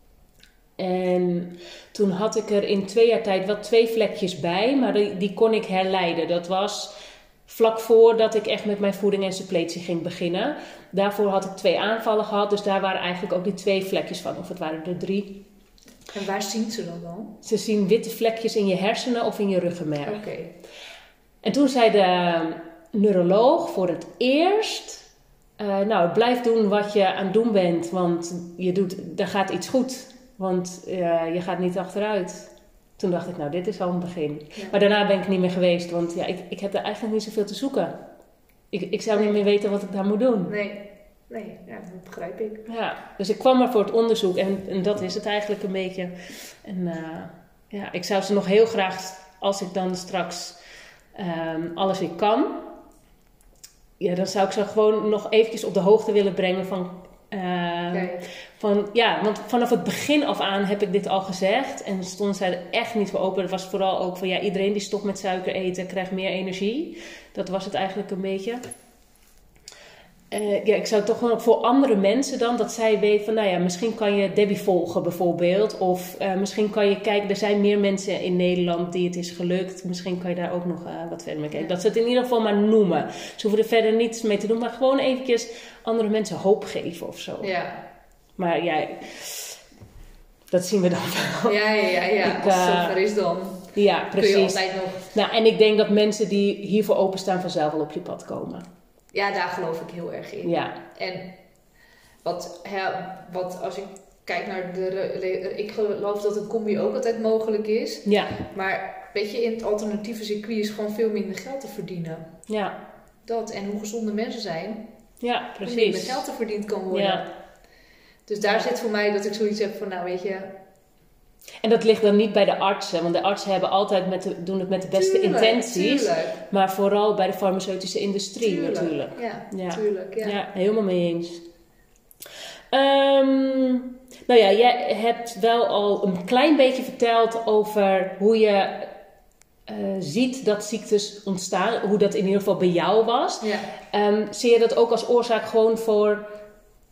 Speaker 1: En toen had ik er in twee jaar tijd wel twee vlekjes bij, maar die, die kon ik herleiden. Dat was vlak voordat ik echt met mijn voeding en suppletie ging beginnen. Daarvoor had ik twee aanvallen gehad, dus daar waren eigenlijk ook die twee vlekjes van. Of het waren er drie.
Speaker 2: En waar zien ze dat dan?
Speaker 1: Ze zien witte vlekjes in je hersenen of in je ruggenmerg.
Speaker 2: Oké. Okay.
Speaker 1: En toen zei de neuroloog voor het eerst, uh, nou blijf doen wat je aan het doen bent, want je doet, er gaat iets goed. Want uh, je gaat niet achteruit. Toen dacht ik, nou, dit is al een begin. Ja. Maar daarna ben ik niet meer geweest. Want ja, ik, ik heb daar eigenlijk niet zoveel te zoeken. Ik, ik zou niet meer weten wat ik daar moet doen.
Speaker 2: Nee, nee, ja, dat begrijp ik.
Speaker 1: Ja, dus ik kwam maar voor het onderzoek. En, en dat is het eigenlijk een beetje. En uh, ja, ik zou ze nog heel graag, als ik dan straks um, alles weer kan. Ja, dan zou ik ze gewoon nog eventjes op de hoogte willen brengen van... Uh, van, ja, want vanaf het begin af aan heb ik dit al gezegd en stonden zij er echt niet voor open. Het was vooral ook van ja, iedereen die stopt met suiker eten krijgt meer energie. Dat was het eigenlijk een beetje. Uh, ja, ik zou toch gewoon voor andere mensen dan, dat zij weten van nou ja, misschien kan je Debbie volgen bijvoorbeeld. Of uh, misschien kan je kijken, er zijn meer mensen in Nederland die het is gelukt. Misschien kan je daar ook nog uh, wat verder mee kijken. Ja. Dat ze het in ieder geval maar noemen. Ze hoeven er verder niets mee te doen, maar gewoon eventjes andere mensen hoop geven of zo.
Speaker 2: Ja.
Speaker 1: Maar ja, dat zien we dan wel.
Speaker 2: Ja, ja, ja. ja.
Speaker 1: Ik,
Speaker 2: Als het
Speaker 1: uh,
Speaker 2: zover is dan
Speaker 1: ja, precies.
Speaker 2: kun je altijd nog...
Speaker 1: Nou, en ik denk dat mensen die hiervoor openstaan vanzelf wel op je pad komen.
Speaker 2: Ja, daar geloof ik heel erg in.
Speaker 1: Ja.
Speaker 2: En wat, ja, wat als ik kijk naar de... Ik geloof dat een combi ook altijd mogelijk is.
Speaker 1: Ja.
Speaker 2: Maar weet je, in het alternatieve circuit is gewoon veel minder geld te verdienen.
Speaker 1: Ja.
Speaker 2: Dat. En hoe gezonde mensen zijn...
Speaker 1: Ja, precies.
Speaker 2: Hoe minder geld te verdiend kan worden. Ja. Dus daar zit voor mij dat ik zoiets heb van, nou weet je...
Speaker 1: En dat ligt dan niet bij de artsen. Want de artsen hebben altijd met de, doen het met de beste tuurlijk, intenties.
Speaker 2: Tuurlijk.
Speaker 1: Maar vooral bij de farmaceutische industrie
Speaker 2: tuurlijk.
Speaker 1: natuurlijk.
Speaker 2: Ja,
Speaker 1: ja,
Speaker 2: tuurlijk. Ja.
Speaker 1: ja, helemaal mee eens. Um, nou ja, jij hebt wel al een klein beetje verteld over hoe je uh, ziet dat ziektes ontstaan. Hoe dat in ieder geval bij jou was.
Speaker 2: Ja.
Speaker 1: Um, zie je dat ook als oorzaak gewoon voor...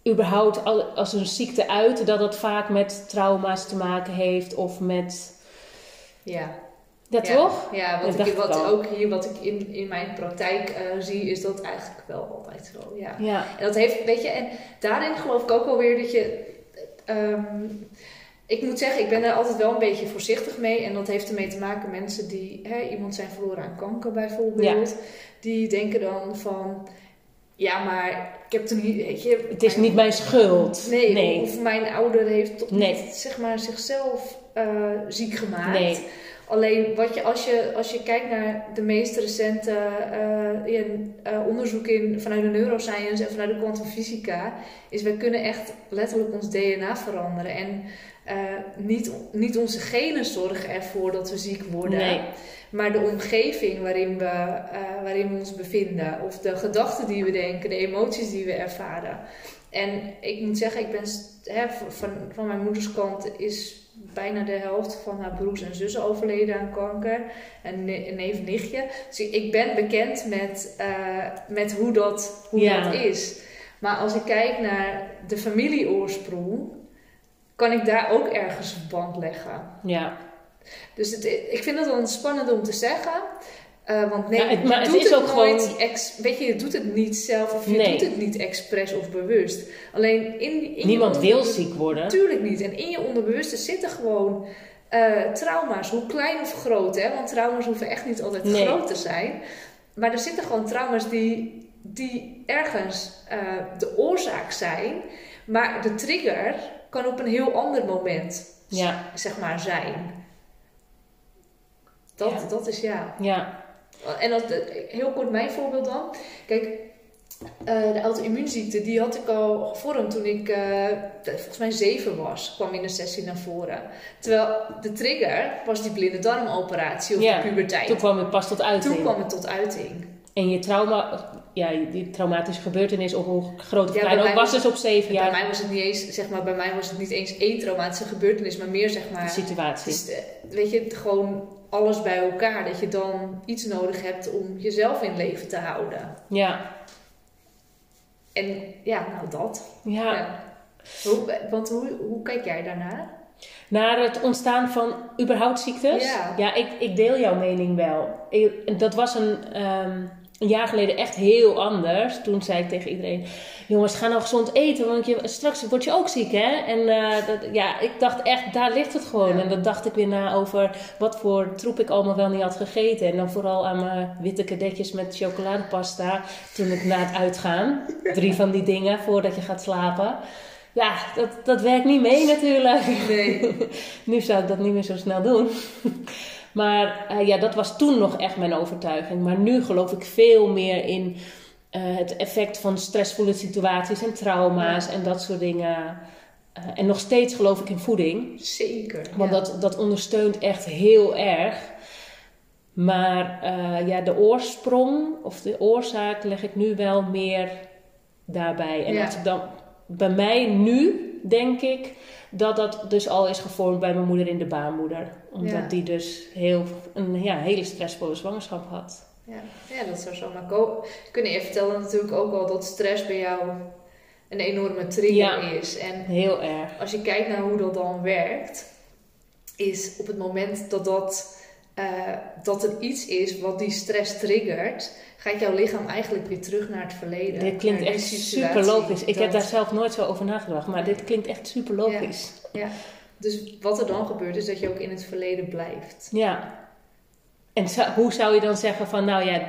Speaker 1: überhaupt als een ziekte uit, dat dat vaak met trauma's te maken heeft of met...
Speaker 2: Ja.
Speaker 1: Ja,
Speaker 2: ja,
Speaker 1: toch?
Speaker 2: Ja, wat, ik, wat ook hier, wat ik in, in mijn praktijk uh, zie, is dat eigenlijk wel altijd zo. Ja.
Speaker 1: ja.
Speaker 2: En dat heeft, weet je, en daarin geloof ik ook wel weer dat je... Um, ik moet zeggen, ik ben er altijd wel een beetje voorzichtig mee. En dat heeft ermee te maken, mensen die... Hè, iemand zijn verloren aan kanker bijvoorbeeld. Ja. Die denken dan van... Ja, maar ik heb toen niet... Weet je,
Speaker 1: het is mijn, niet mijn schuld.
Speaker 2: Nee, nee. Of mijn ouder heeft toch nee. niet, zeg maar, zichzelf uh, ziek gemaakt. Nee. Alleen wat je, als, je, als je kijkt naar de meest recente uh, ja, uh, onderzoek in, vanuit de neuroscience en vanuit de kwantumfysica, is we kunnen echt letterlijk ons D N A veranderen. En uh, niet, niet onze genen zorgen ervoor dat we ziek worden, nee. maar de omgeving waarin we, uh, waarin we ons bevinden. Of de gedachten die we denken, de emoties die we ervaren. En ik moet zeggen, ik ben hè, van, van mijn moeders kant is bijna de helft van haar broers en zussen overleden aan kanker. En een neef en nichtje. Dus ik ben bekend met, uh, met hoe, dat, hoe ja. dat is. Maar als ik kijk naar de familieoorsprong, kan ik daar ook ergens een band leggen.
Speaker 1: Ja.
Speaker 2: Dus het, ik vind het wel spannend om te zeggen. Uh, want nee,
Speaker 1: ja, het, maar
Speaker 2: je
Speaker 1: het
Speaker 2: doet
Speaker 1: is
Speaker 2: het
Speaker 1: ook
Speaker 2: nooit
Speaker 1: gewoon...
Speaker 2: ex, weet je, je doet het niet zelf of je
Speaker 1: nee.
Speaker 2: doet het niet expres of bewust. Alleen in, in
Speaker 1: Niemand wil ziek worden.
Speaker 2: Natuurlijk niet. En in je onderbewuste zitten gewoon uh, trauma's, hoe klein of groot. Hè? Want trauma's hoeven echt niet altijd nee. groot te zijn. Maar er zitten gewoon trauma's die, die ergens uh, de oorzaak zijn. Maar de trigger kan op een heel ander moment
Speaker 1: ja.
Speaker 2: zeg maar zijn. Dat,
Speaker 1: ja.
Speaker 2: dat is ja.
Speaker 1: Ja.
Speaker 2: En dat, heel kort mijn voorbeeld dan. Kijk, uh, de auto-immuunziekte, die had ik al gevormd toen ik uh, volgens mij zeven was. Kwam in de sessie naar voren. Terwijl de trigger was die blinde darmoperatie of
Speaker 1: ja,
Speaker 2: de puberteit.
Speaker 1: Toen kwam het pas tot uiting.
Speaker 2: Toen kwam het tot uiting.
Speaker 1: En je trauma, ja, die traumatische gebeurtenis, of hoe groot of ja, klein ook, was dus op zeven jaar.
Speaker 2: Bij mij was het niet eens, zeg maar, bij mij was het niet eens één traumatische gebeurtenis, maar meer zeg maar...
Speaker 1: De situatie.
Speaker 2: Dus, weet je, gewoon alles bij elkaar. Dat je dan iets nodig hebt om jezelf in leven te houden.
Speaker 1: Ja.
Speaker 2: En ja, nou dat.
Speaker 1: Ja.
Speaker 2: ja. Hoe, want hoe, hoe kijk jij daarnaar?
Speaker 1: Naar het ontstaan van überhaupt ziektes?
Speaker 2: Ja.
Speaker 1: Ja, ik, ik deel jouw mening wel. Ik, dat was een, um, een jaar geleden echt heel anders. Toen zei ik tegen iedereen... Jongens, ga nou gezond eten, want je, straks word je ook ziek, hè? En uh, dat, ja, ik dacht echt, daar ligt het gewoon. Ja. En dan dacht ik weer na over wat voor troep ik allemaal wel niet had gegeten. En dan vooral aan mijn witte kadetjes met chocoladepasta. Toen ik na het uitgaan. Drie van die dingen voordat je gaat slapen. Ja, dat, dat werkt niet mee natuurlijk.
Speaker 2: Nee.
Speaker 1: Nu zou ik dat niet meer zo snel doen. Maar uh, ja, dat was toen nog echt mijn overtuiging. Maar nu geloof ik veel meer in... Uh, het effect van stressvolle situaties en trauma's ja. en dat soort dingen. Uh, en nog steeds geloof ik in voeding.
Speaker 2: Zeker.
Speaker 1: Want ja. dat, dat ondersteunt echt heel erg. Maar uh, ja, de oorsprong of de oorzaak leg ik nu wel meer daarbij. En
Speaker 2: ja.
Speaker 1: als ik dan bij mij nu denk ik dat dat dus al is gevormd bij mijn moeder in de baarmoeder. Omdat ja. die dus heel, een ja, hele stressvolle zwangerschap had.
Speaker 2: Ja. ja, dat zou zomaar ko- kunnen. Je vertelde natuurlijk ook al dat stress bij jou een enorme trigger
Speaker 1: ja,
Speaker 2: is. En
Speaker 1: heel erg.
Speaker 2: Als je kijkt naar hoe dat dan werkt, is op het moment dat, dat, uh, dat er iets is wat die stress triggert, gaat jouw lichaam eigenlijk weer terug naar het verleden.
Speaker 1: Dit klinkt echt super logisch. Ik dat... heb daar zelf nooit zo over nagedacht, maar dit klinkt echt super logisch.
Speaker 2: Ja, ja. Dus wat er dan gebeurt is dat je ook in het verleden blijft.
Speaker 1: Ja. En zo, hoe zou je dan zeggen van, nou ja...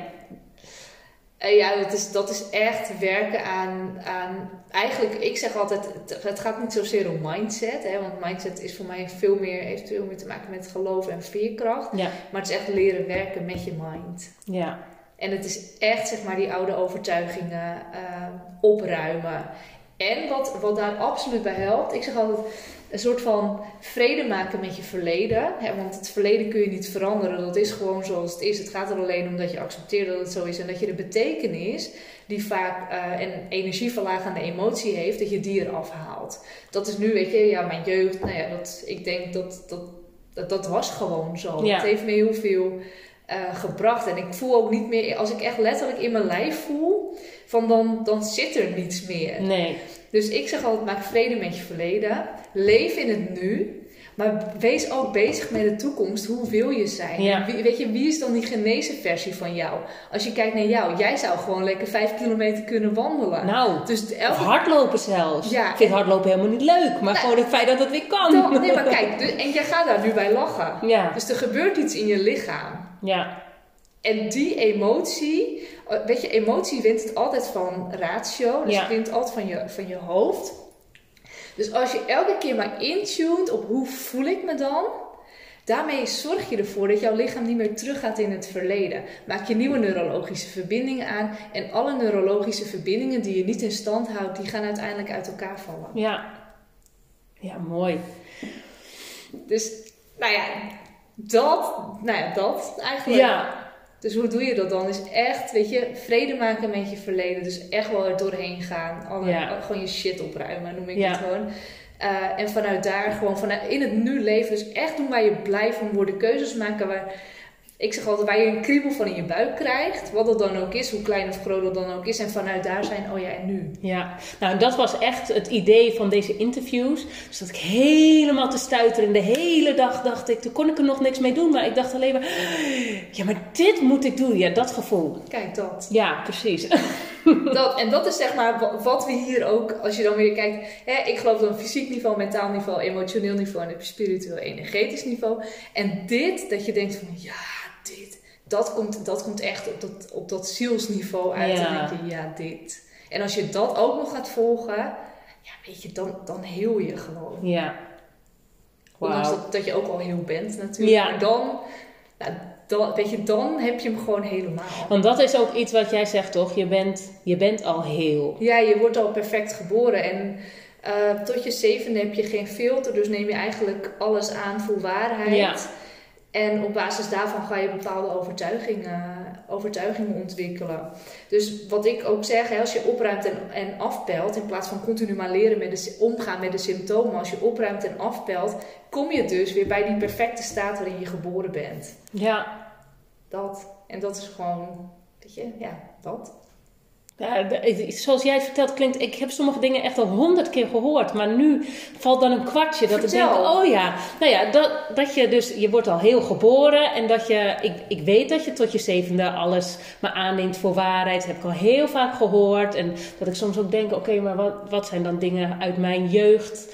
Speaker 2: Uh, ja, dat is, dat is echt werken aan, aan... Eigenlijk, ik zeg altijd, het, het gaat niet zozeer om mindset. Hè, want mindset is voor mij veel meer, heeft veel meer te maken met geloof en veerkracht.
Speaker 1: Ja.
Speaker 2: Maar het is echt leren werken met je mind.
Speaker 1: Ja.
Speaker 2: En het is echt, zeg maar, die oude overtuigingen uh, opruimen. En wat, wat daar absoluut bij helpt, ik zeg altijd... Een soort van vrede maken met je verleden. Hè? Want het verleden kun je niet veranderen. Dat is gewoon zoals het is. Het gaat er alleen om dat je accepteert dat het zo is. En dat je de betekenis die vaak uh, een energieverlagende emotie heeft, dat je die eraf haalt. Dat is nu, weet je, ja, mijn jeugd. Nou ja, dat, ik denk dat dat, dat dat was gewoon zo.
Speaker 1: Ja.
Speaker 2: Het heeft me heel veel uh, gebracht. En ik voel ook niet meer, als ik echt letterlijk in mijn lijf voel van dan, dan zit er niets meer.
Speaker 1: Nee.
Speaker 2: Dus ik zeg altijd, maak vrede met je verleden. Leef in het nu. Maar wees ook bezig met de toekomst. Hoe wil je zijn?
Speaker 1: Ja.
Speaker 2: Wie, weet je, wie is dan die genezen versie van jou? Als je kijkt naar jou, jij zou gewoon lekker vijf kilometer kunnen wandelen.
Speaker 1: Nou,
Speaker 2: dus elke...
Speaker 1: of hardlopen zelfs.
Speaker 2: Ja,
Speaker 1: ik vind
Speaker 2: en...
Speaker 1: hardlopen helemaal niet leuk. Maar nou, gewoon het feit dat het weer kan.
Speaker 2: Dan, nee, maar kijk, dus, en jij gaat daar nu bij lachen.
Speaker 1: Ja.
Speaker 2: Dus er gebeurt iets in je lichaam.
Speaker 1: Ja.
Speaker 2: En die emotie, weet je, emotie wint het altijd van ratio. Dus
Speaker 1: ja.
Speaker 2: het wint altijd van je, van je hoofd. Dus als je elke keer maar intuned op hoe voel ik me dan, daarmee zorg je ervoor dat jouw lichaam niet meer teruggaat in het verleden. Maak je nieuwe neurologische verbindingen aan en alle neurologische verbindingen die je niet in stand houdt, die gaan uiteindelijk uit elkaar vallen.
Speaker 1: Ja, ja, mooi.
Speaker 2: Dus, nou ja, dat, nou ja, dat eigenlijk.
Speaker 1: Ja.
Speaker 2: Dus hoe doe je dat dan? Is echt, weet je, vrede maken met je verleden. Dus echt wel er doorheen gaan. Alle,
Speaker 1: ja.
Speaker 2: Gewoon je shit opruimen, noem ik
Speaker 1: ja.
Speaker 2: het gewoon. Uh, en vanuit daar gewoon, vanuit, in het nu leven. Dus echt doen waar je blij van wordt. Keuzes maken waar, ik zeg altijd, waar je een kriebel van in je buik krijgt. Wat dat dan ook is, hoe klein of groot dat dan ook is. En vanuit daar zijn, oh ja, en nu?
Speaker 1: Ja, nou dat was echt het idee van deze interviews. Dus dat ik helemaal te stuiteren. De hele dag dacht ik, toen kon ik er nog niks mee doen. Maar ik dacht alleen maar, ja, maar dit moet ik doen. Ja, dat gevoel.
Speaker 2: Kijk, dat.
Speaker 1: Ja, precies.
Speaker 2: Dat, en dat is zeg maar wat we hier ook, als je dan weer kijkt. Hè, ik geloof dan fysiek niveau, mentaal niveau, emotioneel niveau en op spiritueel, energetisch niveau. En dit, dat je denkt van, ja, dit, dat komt, dat komt echt op dat, op dat zielsniveau uit. Ja. En denk je, ja, dit. En als je dat ook nog gaat volgen, ja, weet je, dan, dan heel je gewoon.
Speaker 1: Ja.
Speaker 2: Wow. Ondanks dat, dat je ook al heel bent natuurlijk. Ja. Maar dan, nou, dan, weet je, dan heb je hem gewoon helemaal.
Speaker 1: Want dat is ook iets wat jij zegt, toch? Je bent, je bent al heel.
Speaker 2: Ja, je wordt al perfect geboren. En uh, tot je zevende heb je geen filter. Dus neem je eigenlijk alles aan voor waarheid. Ja. En op basis daarvan ga je bepaalde overtuigingen, overtuigingen ontwikkelen. Dus wat ik ook zeg, hè, als je opruimt en, en afpelt, in plaats van continu maar leren met de, omgaan met de symptomen. Als je opruimt en afpelt, kom je dus weer bij die perfecte staat waarin je geboren bent.
Speaker 1: Ja.
Speaker 2: Dat. En dat is gewoon, weet je, ja, dat.
Speaker 1: Ja, zoals jij het vertelt klinkt, ik heb sommige dingen echt al honderd keer gehoord, maar nu valt dan een kwartje dat
Speaker 2: Vertel.
Speaker 1: ik denk, oh ja, nou ja, dat, dat je dus, je wordt al heel geboren en dat je, ik, ik weet dat je tot je zevende alles maar aanneemt voor waarheid, dat heb ik al heel vaak gehoord en dat ik soms ook denk, oké, okay, maar wat, wat zijn dan dingen uit mijn jeugd,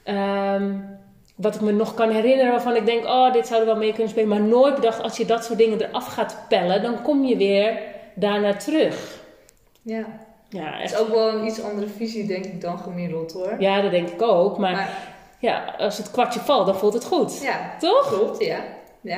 Speaker 1: um, wat ik me nog kan herinneren waarvan ik denk, oh, dit zou er wel mee kunnen spelen, maar nooit bedacht, als je dat soort dingen eraf gaat pellen, dan kom je weer daarna terug.
Speaker 2: Ja,
Speaker 1: ja echt.
Speaker 2: Het is ook wel een iets andere visie, denk ik, dan gemiddeld, hoor.
Speaker 1: Ja, dat denk ik ook. Maar,
Speaker 2: maar
Speaker 1: ja, als het kwartje valt, dan voelt het goed.
Speaker 2: Ja,
Speaker 1: toch?
Speaker 2: Klopt, ja. ja.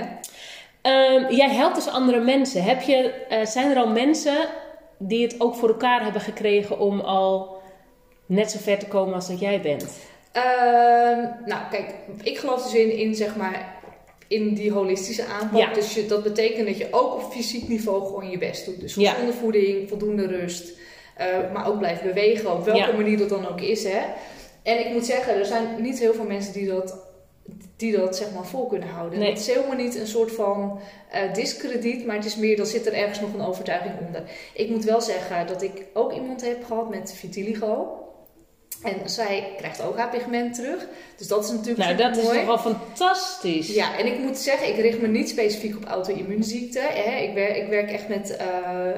Speaker 1: Um, jij helpt dus andere mensen. Heb je, uh, zijn er al mensen die het ook voor elkaar hebben gekregen om al net zo ver te komen als dat jij bent?
Speaker 2: Uh, nou, kijk, ik geloof dus in, in zeg maar... in die holistische aanpak. Ja. Dus je, dat betekent dat je ook op fysiek niveau gewoon je best doet. Dus gezonde ja. voeding, voldoende rust. Uh, maar ook blijf bewegen. Op welke ja. manier dat dan ook is. Hè. En ik moet zeggen, er zijn niet heel veel mensen die dat, die dat zeg maar vol kunnen houden. Nee. Het is helemaal niet een soort van uh, diskrediet. Maar het is meer, dan zit er ergens nog een overtuiging onder. Ik moet wel zeggen dat ik ook iemand heb gehad met vitiligo. En zij krijgt ook haar pigment terug. Dus dat is natuurlijk
Speaker 1: nou, dat
Speaker 2: mooi.
Speaker 1: is toch wel fantastisch.
Speaker 2: Ja, en ik moet zeggen, ik richt me niet specifiek op auto-immuunziekten. Ik werk, ik werk echt met uh,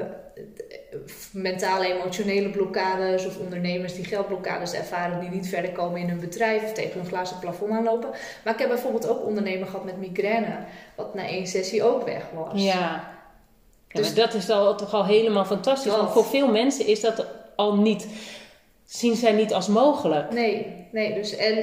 Speaker 2: mentale, emotionele blokkades of ondernemers die geldblokkades ervaren die niet verder komen in hun bedrijf of tegen hun glazen plafond aanlopen. Maar ik heb bijvoorbeeld ook ondernemers gehad met migraine, wat na één sessie ook weg was.
Speaker 1: Ja, ja dus dat is al, toch al helemaal fantastisch. Dat. Want voor veel mensen is dat al niet... zien zij niet als mogelijk.
Speaker 2: Nee, nee. Dus en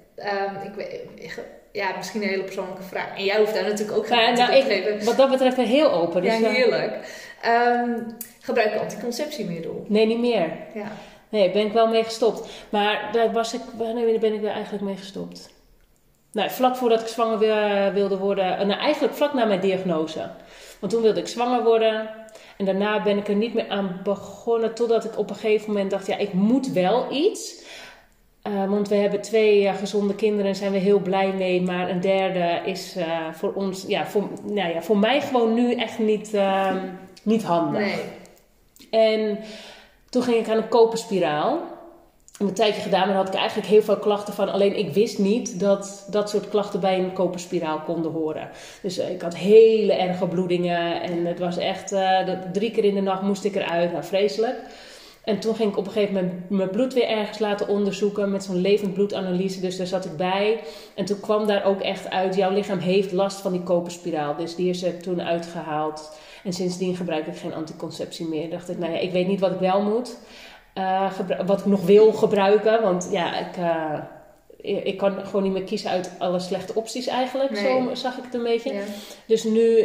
Speaker 2: um, ik, ik, ja, misschien een hele persoonlijke vraag. En jij hoeft daar natuurlijk ook geen
Speaker 1: ja,
Speaker 2: antwoord
Speaker 1: nou,
Speaker 2: op te geven.
Speaker 1: Wat dat betreft heel open. Dus
Speaker 2: ja, heerlijk. Um, gebruik je anticonceptiemiddel?
Speaker 1: Nee, niet meer.
Speaker 2: Ja.
Speaker 1: Nee, ben ik wel mee gestopt. Maar daar was ik, wanneer ben ik er eigenlijk mee gestopt? Nou, vlak voordat ik zwanger wilde worden. Nou, eigenlijk vlak na mijn diagnose. Want toen wilde ik zwanger worden. En daarna ben ik er niet meer aan begonnen. Totdat ik op een gegeven moment dacht, ja, ik moet wel iets. Uh, want we hebben twee uh, gezonde kinderen en zijn we heel blij mee. Maar een derde is uh, voor ons, ja voor, nou ja, voor mij gewoon nu echt niet, uh, niet handig.
Speaker 2: Nee.
Speaker 1: En toen ging ik aan een koperspiraal. Een tijdje gedaan, maar daar had ik eigenlijk heel veel klachten van. Alleen ik wist niet dat dat soort klachten bij een koperspiraal konden horen. Dus uh, ik had hele erge bloedingen. En het was echt, uh, de, drie keer in de nacht moest ik eruit. Nou, vreselijk. En toen ging ik op een gegeven moment mijn bloed weer ergens laten onderzoeken. Met zo'n levend bloedanalyse. Dus daar zat ik bij. En toen kwam daar ook echt uit. Jouw lichaam heeft last van die koperspiraal. Dus die is er toen uitgehaald. En sindsdien gebruik ik geen anticonceptie meer. Dacht ik, nou ja, ik weet niet wat ik wel moet. Uh, gebru- wat ik nog wil gebruiken. Want ja, ik, uh, ik kan gewoon niet meer kiezen uit alle slechte opties eigenlijk. Nee. Zo zag ik het een beetje. Ja. Dus nu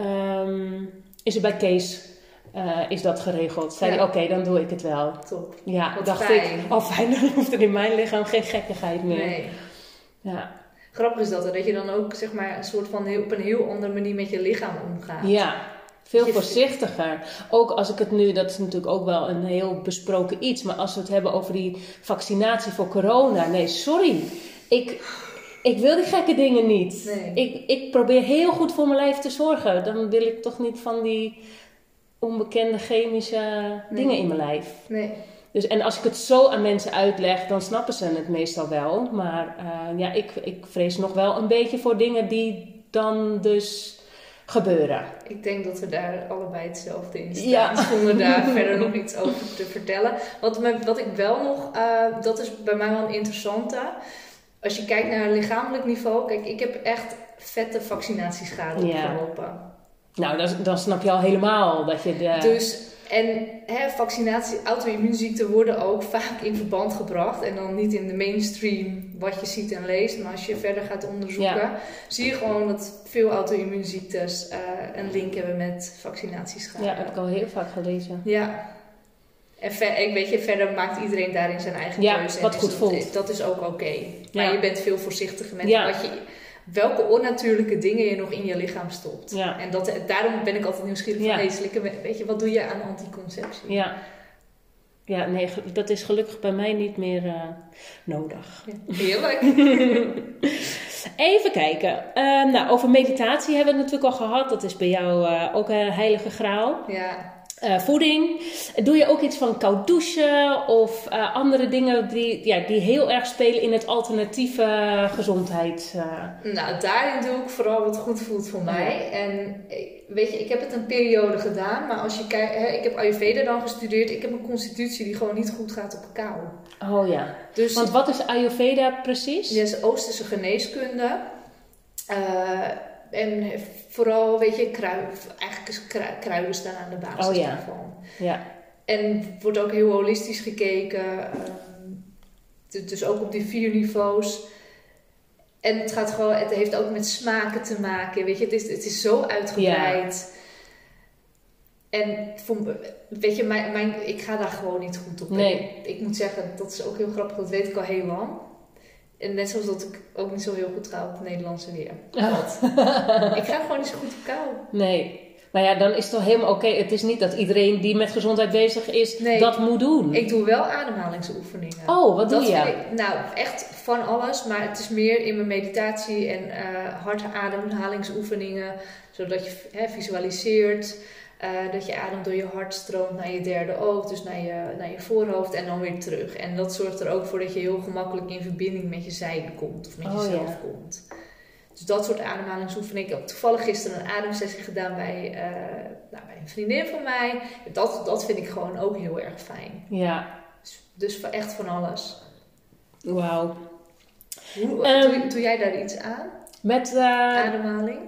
Speaker 1: um, is het bij Kees uh, is dat geregeld. Zei hij, ja. oké, okay, dan doe ik het wel.
Speaker 2: Top.
Speaker 1: Ja,
Speaker 2: wat
Speaker 1: dacht
Speaker 2: fijn.
Speaker 1: ik, oh fijn, dan hoeft er in mijn lichaam geen gekkigheid meer.
Speaker 2: Nee.
Speaker 1: Ja.
Speaker 2: Grappig is dat, hè? Dat je dan ook zeg maar een soort van heel, op een heel andere manier met je lichaam omgaat.
Speaker 1: Ja. Veel voorzichtiger. Ook als ik het nu, dat is natuurlijk ook wel een heel besproken iets. Maar als we het hebben over die vaccinatie voor corona. Nee, sorry. Ik, ik wil die gekke dingen niet.
Speaker 2: Nee.
Speaker 1: Ik, ik probeer heel goed voor mijn lijf te zorgen. Dan wil ik toch niet van die onbekende chemische
Speaker 2: nee.
Speaker 1: dingen in mijn lijf.
Speaker 2: Nee.
Speaker 1: Dus, en als ik het zo aan mensen uitleg, dan snappen ze het meestal wel. Maar uh, ja, ik, ik vrees nog wel een beetje voor dingen die dan dus gebeuren.
Speaker 2: Ik denk dat we daar allebei hetzelfde in staan.
Speaker 1: Ja.
Speaker 2: Zonder daar verder nog iets over te vertellen. Wat, me, wat ik wel nog, uh, dat is bij mij wel een interessante. Als je kijkt naar lichamelijk niveau. Kijk, ik heb echt vette vaccinatieschade
Speaker 1: ja.
Speaker 2: opgelopen.
Speaker 1: Nou, dan, dan snap je al helemaal dat je de...
Speaker 2: Dus, en hè, vaccinatie, auto-immuunziekten worden ook vaak in verband gebracht. En dan niet in de mainstream wat je ziet en leest. Maar als je verder gaat onderzoeken, ja. zie je gewoon dat veel auto-immuunziektes uh, een link hebben met vaccinatieschade.
Speaker 1: Ja, dat heb ik al heel vaak gelezen.
Speaker 2: Ja. En ver, ik weet je, verder maakt iedereen daarin zijn eigen
Speaker 1: ja,
Speaker 2: keuze.
Speaker 1: Wat
Speaker 2: en
Speaker 1: goed
Speaker 2: dat,
Speaker 1: voelt.
Speaker 2: Dat is ook oké. Okay. Maar
Speaker 1: ja.
Speaker 2: je bent veel voorzichtiger met
Speaker 1: ja.
Speaker 2: wat je... welke onnatuurlijke dingen je nog in je lichaam stopt.
Speaker 1: Ja.
Speaker 2: En dat, daarom ben ik altijd nieuwsgierig van,
Speaker 1: ja.
Speaker 2: hey, Slikke, weet je, wat doe je aan anticonceptie?
Speaker 1: Ja. Ja, nee, dat is gelukkig bij mij niet meer uh, nodig.
Speaker 2: Ja. Heerlijk.
Speaker 1: Even kijken. Uh, nou, over meditatie hebben we het natuurlijk al gehad. Dat is bij jou uh, ook een heilige graal.
Speaker 2: Ja.
Speaker 1: Uh, voeding. Doe je ook iets van koud douchen of uh, andere dingen die, ja, die heel erg spelen in het alternatieve uh, gezondheid? Uh...
Speaker 2: Nou, daarin doe ik vooral wat goed voelt voor mij. Ja. En weet je, ik heb het een periode gedaan, maar als je kijkt, hè, ik heb Ayurveda dan gestudeerd. Ik heb een constitutie die gewoon niet goed gaat op kou.
Speaker 1: Oh ja.
Speaker 2: Dus,
Speaker 1: want wat is Ayurveda precies?
Speaker 2: Ja, is Oosterse geneeskunde. Uh, En vooral, weet je, kruiden, eigenlijk is kruiden staan aan de basis
Speaker 1: oh, ja.
Speaker 2: daarvan.
Speaker 1: Ja.
Speaker 2: En wordt ook heel holistisch gekeken. Um, dus ook op die vier niveaus. En het gaat gewoon, het heeft ook met smaken te maken. Weet je, het is, het is zo uitgebreid. Ja. En weet je, mijn, mijn, ik ga daar gewoon niet goed op.
Speaker 1: Nee.
Speaker 2: Ik, ik moet zeggen, dat is ook heel grappig, dat weet ik al heel lang. En net zoals dat ik ook niet zo heel goed ga op het Nederlandse weer. Oh. Ik ga gewoon niet zo goed op kou.
Speaker 1: Nee. Maar ja, dan is het toch helemaal oké. Okay. Het is niet dat iedereen die met gezondheid bezig is, nee, dat moet doen.
Speaker 2: Ik doe wel ademhalingsoefeningen.
Speaker 1: Oh, wat doe
Speaker 2: dat
Speaker 1: je?
Speaker 2: Ik, nou, echt van alles. Maar het is meer in mijn meditatie en uh, harde ademhalingsoefeningen. Zodat je hè, visualiseert. Uh, dat je adem door je hart stroomt naar je derde oog, dus naar je, naar je voorhoofd en dan weer terug. En dat zorgt er ook voor dat je heel gemakkelijk in verbinding met je zijde komt of met
Speaker 1: oh,
Speaker 2: jezelf
Speaker 1: ja.
Speaker 2: komt. Dus dat soort ademhalingsoefeningen. Ik heb toevallig gisteren een ademsessie gedaan bij, uh, nou, bij een vriendin van mij. Dat, dat vind ik gewoon ook heel erg fijn.
Speaker 1: Ja.
Speaker 2: Dus, dus echt van alles.
Speaker 1: Wauw.
Speaker 2: Hoe, um, doe, doe jij daar iets aan?
Speaker 1: Met uh,
Speaker 2: ademhaling?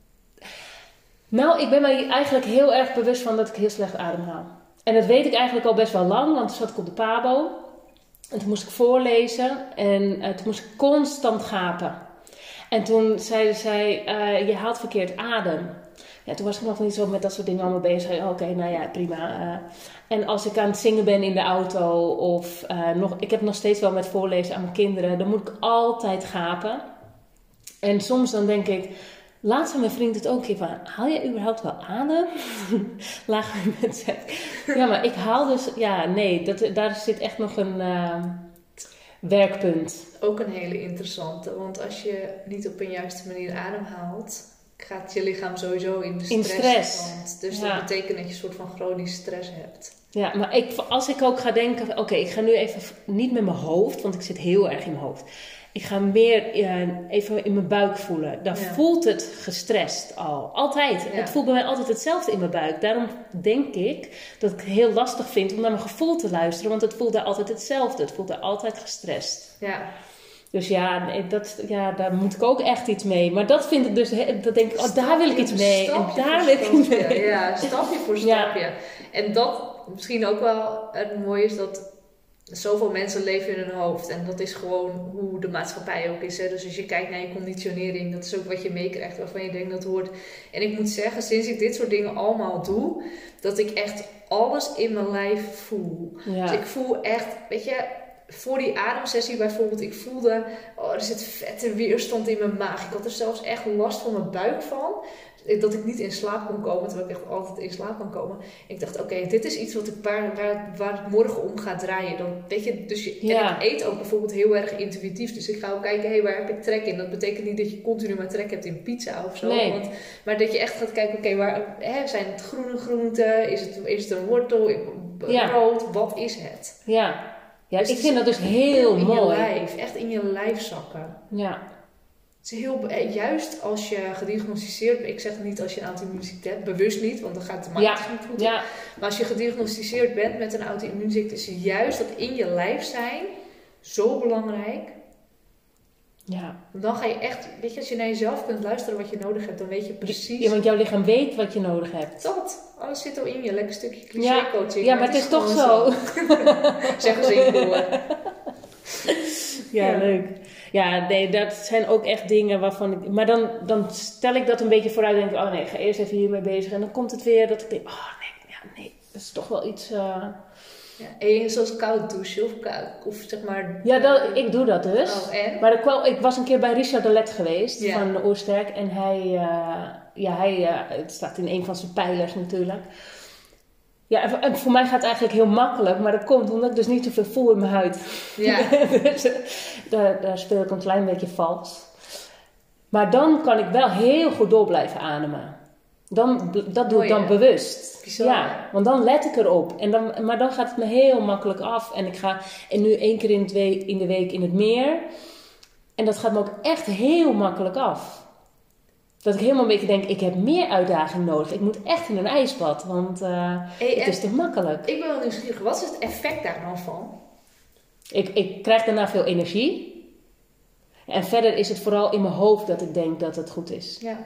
Speaker 1: Nou, ik ben mij eigenlijk heel erg bewust van dat ik heel slecht ademhaal. En dat weet ik eigenlijk al best wel lang, want toen zat ik op de Pabo. En toen moest ik voorlezen en uh, toen moest ik constant gapen. En toen zeiden zij, uh, je haalt verkeerd adem. Ja, toen was ik nog niet zo met dat soort dingen allemaal bezig. Oké, okay, nou ja, prima. Uh, en als ik aan het zingen ben in de auto of uh, nog, ik heb nog steeds wel met voorlezen aan mijn kinderen, dan moet ik altijd gapen. En soms dan denk ik, laatst zei mijn vriend het ook een keer van, haal je überhaupt wel adem? Lager met zegt. Ja, maar ik haal dus, ja, nee, dat, daar zit echt nog een uh, werkpunt.
Speaker 2: Ook een hele interessante, want als je niet op een juiste manier ademhaalt, gaat je lichaam sowieso in de stress.
Speaker 1: In stress.
Speaker 2: Dus
Speaker 1: ja.
Speaker 2: dat betekent dat je een soort van chronische stress hebt.
Speaker 1: Ja, maar ik, als ik ook ga denken, oké, okay, ik ga nu even niet met mijn hoofd, want ik zit heel erg in mijn hoofd. Ik ga meer uh, even in mijn buik voelen. Dan ja. voelt het gestrest al. Altijd. Ja. Het voelt bij mij altijd hetzelfde in mijn buik. Daarom denk ik dat ik het heel lastig vind om naar mijn gevoel te luisteren. Want het voelt daar altijd hetzelfde. Het voelt daar altijd gestrest.
Speaker 2: Ja.
Speaker 1: Dus ja, dat, ja, daar moet ik ook echt iets mee. Maar dat vind ik dus, dat denk ik, oh, daar wil ik iets mee. En daar wil ik iets mee.
Speaker 2: Ja, stapje voor stapje. Ja. En dat misschien ook wel het mooie is dat zoveel mensen leven in hun hoofd. En dat is gewoon hoe de maatschappij ook is. Hè? Dus als je kijkt naar je conditionering, dat is ook wat je meekrijgt waarvan je denkt dat hoort. En ik moet zeggen, sinds ik dit soort dingen allemaal doe, dat ik echt alles in mijn lijf voel. Ja. Dus ik voel echt, weet je, voor die ademsessie bijvoorbeeld, ik voelde, oh, er zit vette weerstand in mijn maag. Ik had er zelfs echt last van mijn buik van. Dat ik niet in slaap kon komen, terwijl ik echt altijd in slaap kan komen. Ik dacht, oké, okay, dit is iets wat ik waar, waar, waar het morgen om gaat draaien. Dan, weet je, dus je, ja. En ik eet ook bijvoorbeeld heel erg intuïtief. Dus ik ga ook kijken, hé, hey, waar heb ik trek in? Dat betekent niet dat je continu maar trek hebt in pizza of zo.
Speaker 1: Nee.
Speaker 2: Want, maar dat je echt gaat kijken, oké, okay, waar hè, zijn het groene groenten? Is het, is het een wortel?
Speaker 1: Ja.
Speaker 2: Rood? Wat is het?
Speaker 1: Ja, ja
Speaker 2: dus
Speaker 1: ik vind dat dus heel
Speaker 2: in
Speaker 1: mooi.
Speaker 2: In je lijf, echt in je lijf zakken.
Speaker 1: Ja.
Speaker 2: Het is heel, juist als je gediagnosticeerd bent, ik zeg niet als je een auto-immuunziekte hebt, bewust niet, want dan gaat het makkelijk
Speaker 1: ja.
Speaker 2: niet goed.
Speaker 1: Ja.
Speaker 2: Maar als je gediagnosticeerd bent met een auto-immuunziekte, is juist dat in je lijf zijn zo belangrijk.
Speaker 1: Ja.
Speaker 2: Dan ga je echt, weet je, als je naar jezelf kunt luisteren wat je nodig hebt, dan weet je precies.
Speaker 1: Ja, want jouw lichaam weet wat je nodig hebt.
Speaker 2: Dat, alles zit al in je, lekker stukje cliché-coaching.
Speaker 1: Ja, ja, maar, maar het is, is toch zo.
Speaker 2: Zeggen ze in koor.
Speaker 1: Ja, ja, leuk. Ja, nee, dat zijn ook echt dingen waarvan ik... Maar dan, dan stel ik dat een beetje vooruit en denk ik, oh nee, ik ga eerst even hiermee bezig. En dan komt het weer dat ik denk, oh nee, ja, nee, dat is toch wel iets... Uh...
Speaker 2: Ja, en zoals koud douchen of, koud, of zeg maar...
Speaker 1: Ja, dat, ik doe dat dus.
Speaker 2: Oh, en?
Speaker 1: Maar ik, kwam, ik was een keer bij Richard de Let geweest,
Speaker 2: ja.
Speaker 1: van Oorsterk. En hij, uh, ja, hij, uh, het staat in een van zijn pijlers natuurlijk. Ja, en voor mij gaat het eigenlijk heel makkelijk, maar dat komt omdat ik dus niet zoveel voel in mijn huid.
Speaker 2: Ja.
Speaker 1: Dus daar, daar speel ik een klein beetje vals. Maar dan kan ik wel heel goed door blijven ademen. Dan, dat doe ik dan bewust.
Speaker 2: Bizar.
Speaker 1: Ja, want dan let ik erop. En dan, maar dan gaat het me heel makkelijk af. En ik ga en nu één keer in, het week, in de week in het meer. En dat gaat me ook echt heel makkelijk af. Dat ik helemaal een beetje denk, ik heb meer uitdaging nodig. Ik moet echt in een ijsbad, want uh, hey, het is te makkelijk.
Speaker 2: Ik ben wel nieuwsgierig. Wat is het effect daar dan van?
Speaker 1: Ik, ik krijg daarna veel energie. En verder is het vooral in mijn hoofd dat ik denk dat het goed is.
Speaker 2: Ja.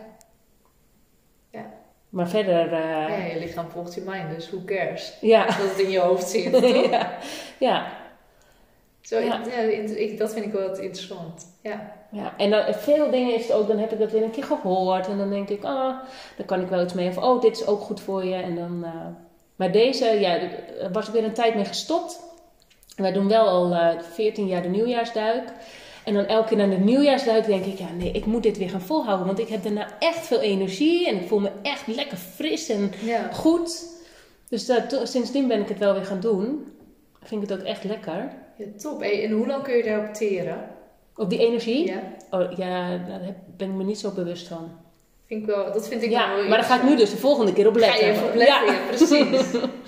Speaker 2: Ja.
Speaker 1: Maar verder... Uh,
Speaker 2: ja, je lichaam volgt je mind, dus who cares?
Speaker 1: Ja.
Speaker 2: Dat het in je hoofd zit, toch?
Speaker 1: Ja. Ja.
Speaker 2: Zo, ja. Ja, ik, dat vind ik wel interessant. Ja.
Speaker 1: Ja, en dan, veel dingen is het ook, dan heb ik dat weer een keer gehoord. En dan denk ik, ah, oh, daar kan ik wel iets mee. Of, oh, dit is ook goed voor je. En dan, uh, maar deze, ja, daar was ik weer een tijd mee gestopt. En wij doen wel al uh, veertien jaar de nieuwjaarsduik. En dan elke keer naar de nieuwjaarsduik denk ik, ja nee, ik moet dit weer gaan volhouden. Want ik heb daarna echt veel energie. En ik voel me echt lekker fris en ja. goed. Dus dat, sindsdien ben ik het wel weer gaan doen. Vind ik het ook echt lekker.
Speaker 2: Ja, top. Hey, en hoe lang kun je daarop teren?
Speaker 1: Op die energie?
Speaker 2: Ja.
Speaker 1: Oh, ja, daar ben ik me niet zo bewust van.
Speaker 2: Vind ik wel, dat vind ik
Speaker 1: ja,
Speaker 2: wel heel
Speaker 1: maar daar ga ik nu dus de volgende keer op letten.
Speaker 2: Ga je even op letten, ja, ja precies.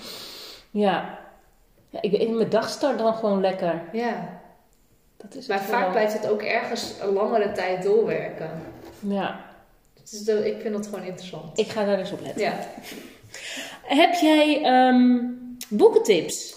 Speaker 1: ja. ja ik, in mijn dag start dan gewoon lekker.
Speaker 2: Ja.
Speaker 1: Dat is
Speaker 2: maar vaak wel. Blijft het ook ergens een langere tijd doorwerken.
Speaker 1: Ja.
Speaker 2: Dus de, ik vind dat gewoon interessant.
Speaker 1: Ik ga daar dus op letten.
Speaker 2: Ja.
Speaker 1: Heb jij um, boekentips?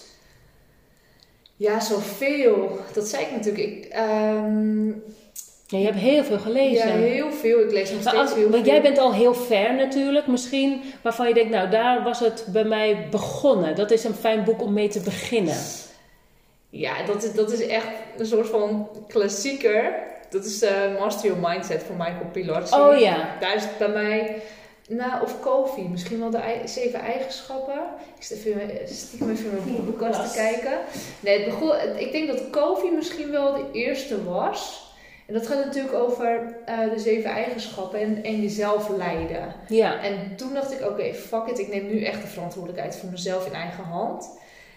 Speaker 2: Ja, zoveel. Dat zei ik natuurlijk. Ik, um...
Speaker 1: ja, je hebt heel veel gelezen.
Speaker 2: Ja, heel veel. Ik lees nog steeds
Speaker 1: als,
Speaker 2: heel
Speaker 1: want
Speaker 2: veel.
Speaker 1: Jij bent al heel ver natuurlijk. Misschien waarvan je denkt, nou daar was het bij mij begonnen. Dat is een fijn boek om mee te beginnen.
Speaker 2: Ja, dat is, dat is echt een soort van klassieker. Dat is uh, Master Your Mindset van Michael Pilarczyk.
Speaker 1: Oh ja.
Speaker 2: Daar is het bij mij... Nou, of Covey. Misschien wel de ei, zeven eigenschappen. Ik zit even, stiekem even in mijn boekenkast te kijken. Nee, het begon, ik denk dat Covey misschien wel de eerste was. En dat gaat natuurlijk over uh, de zeven eigenschappen en, en jezelf leiden.
Speaker 1: Ja.
Speaker 2: En toen dacht ik, oké, okay, fuck it. Ik neem nu echt de verantwoordelijkheid voor mezelf in eigen hand.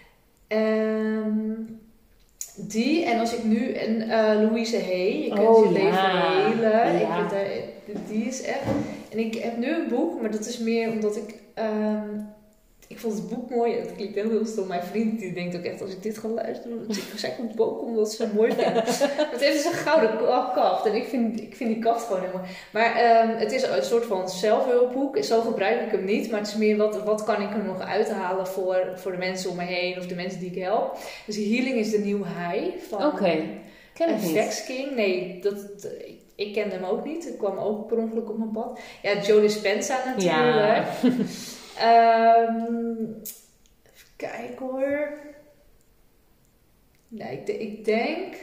Speaker 2: Um, die, en als ik nu, en uh, Louise Hay, je kent
Speaker 1: oh,
Speaker 2: je leven
Speaker 1: ja.
Speaker 2: hele,
Speaker 1: ja.
Speaker 2: ik vind, die is echt, en ik heb nu een boek, maar dat is meer omdat ik um, ik vond het boek mooi. Het klinkt heel, heel stom. Mijn vriend die denkt ook echt, als ik dit ga luisteren, dat ik zeg een boek omdat ze het mooi vinden. Het heeft dus een gouden kaft. En ik vind, ik vind die kaft gewoon helemaal... Maar um, het is een soort van zelfhulpboek. Zo gebruik ik hem niet. Maar het is meer, wat, wat kan ik er nog uithalen voor, voor de mensen om me heen. Of de mensen die ik help. Dus Healing is the New High. Van
Speaker 1: Oké, okay. Ken ik niet.
Speaker 2: Vex King. Nee, dat... dat ik kende hem ook niet. Het kwam ook per ongeluk op mijn pad. Ja, Joe Dispenza natuurlijk. Ja. um, even kijken hoor. Nee, ik, ik denk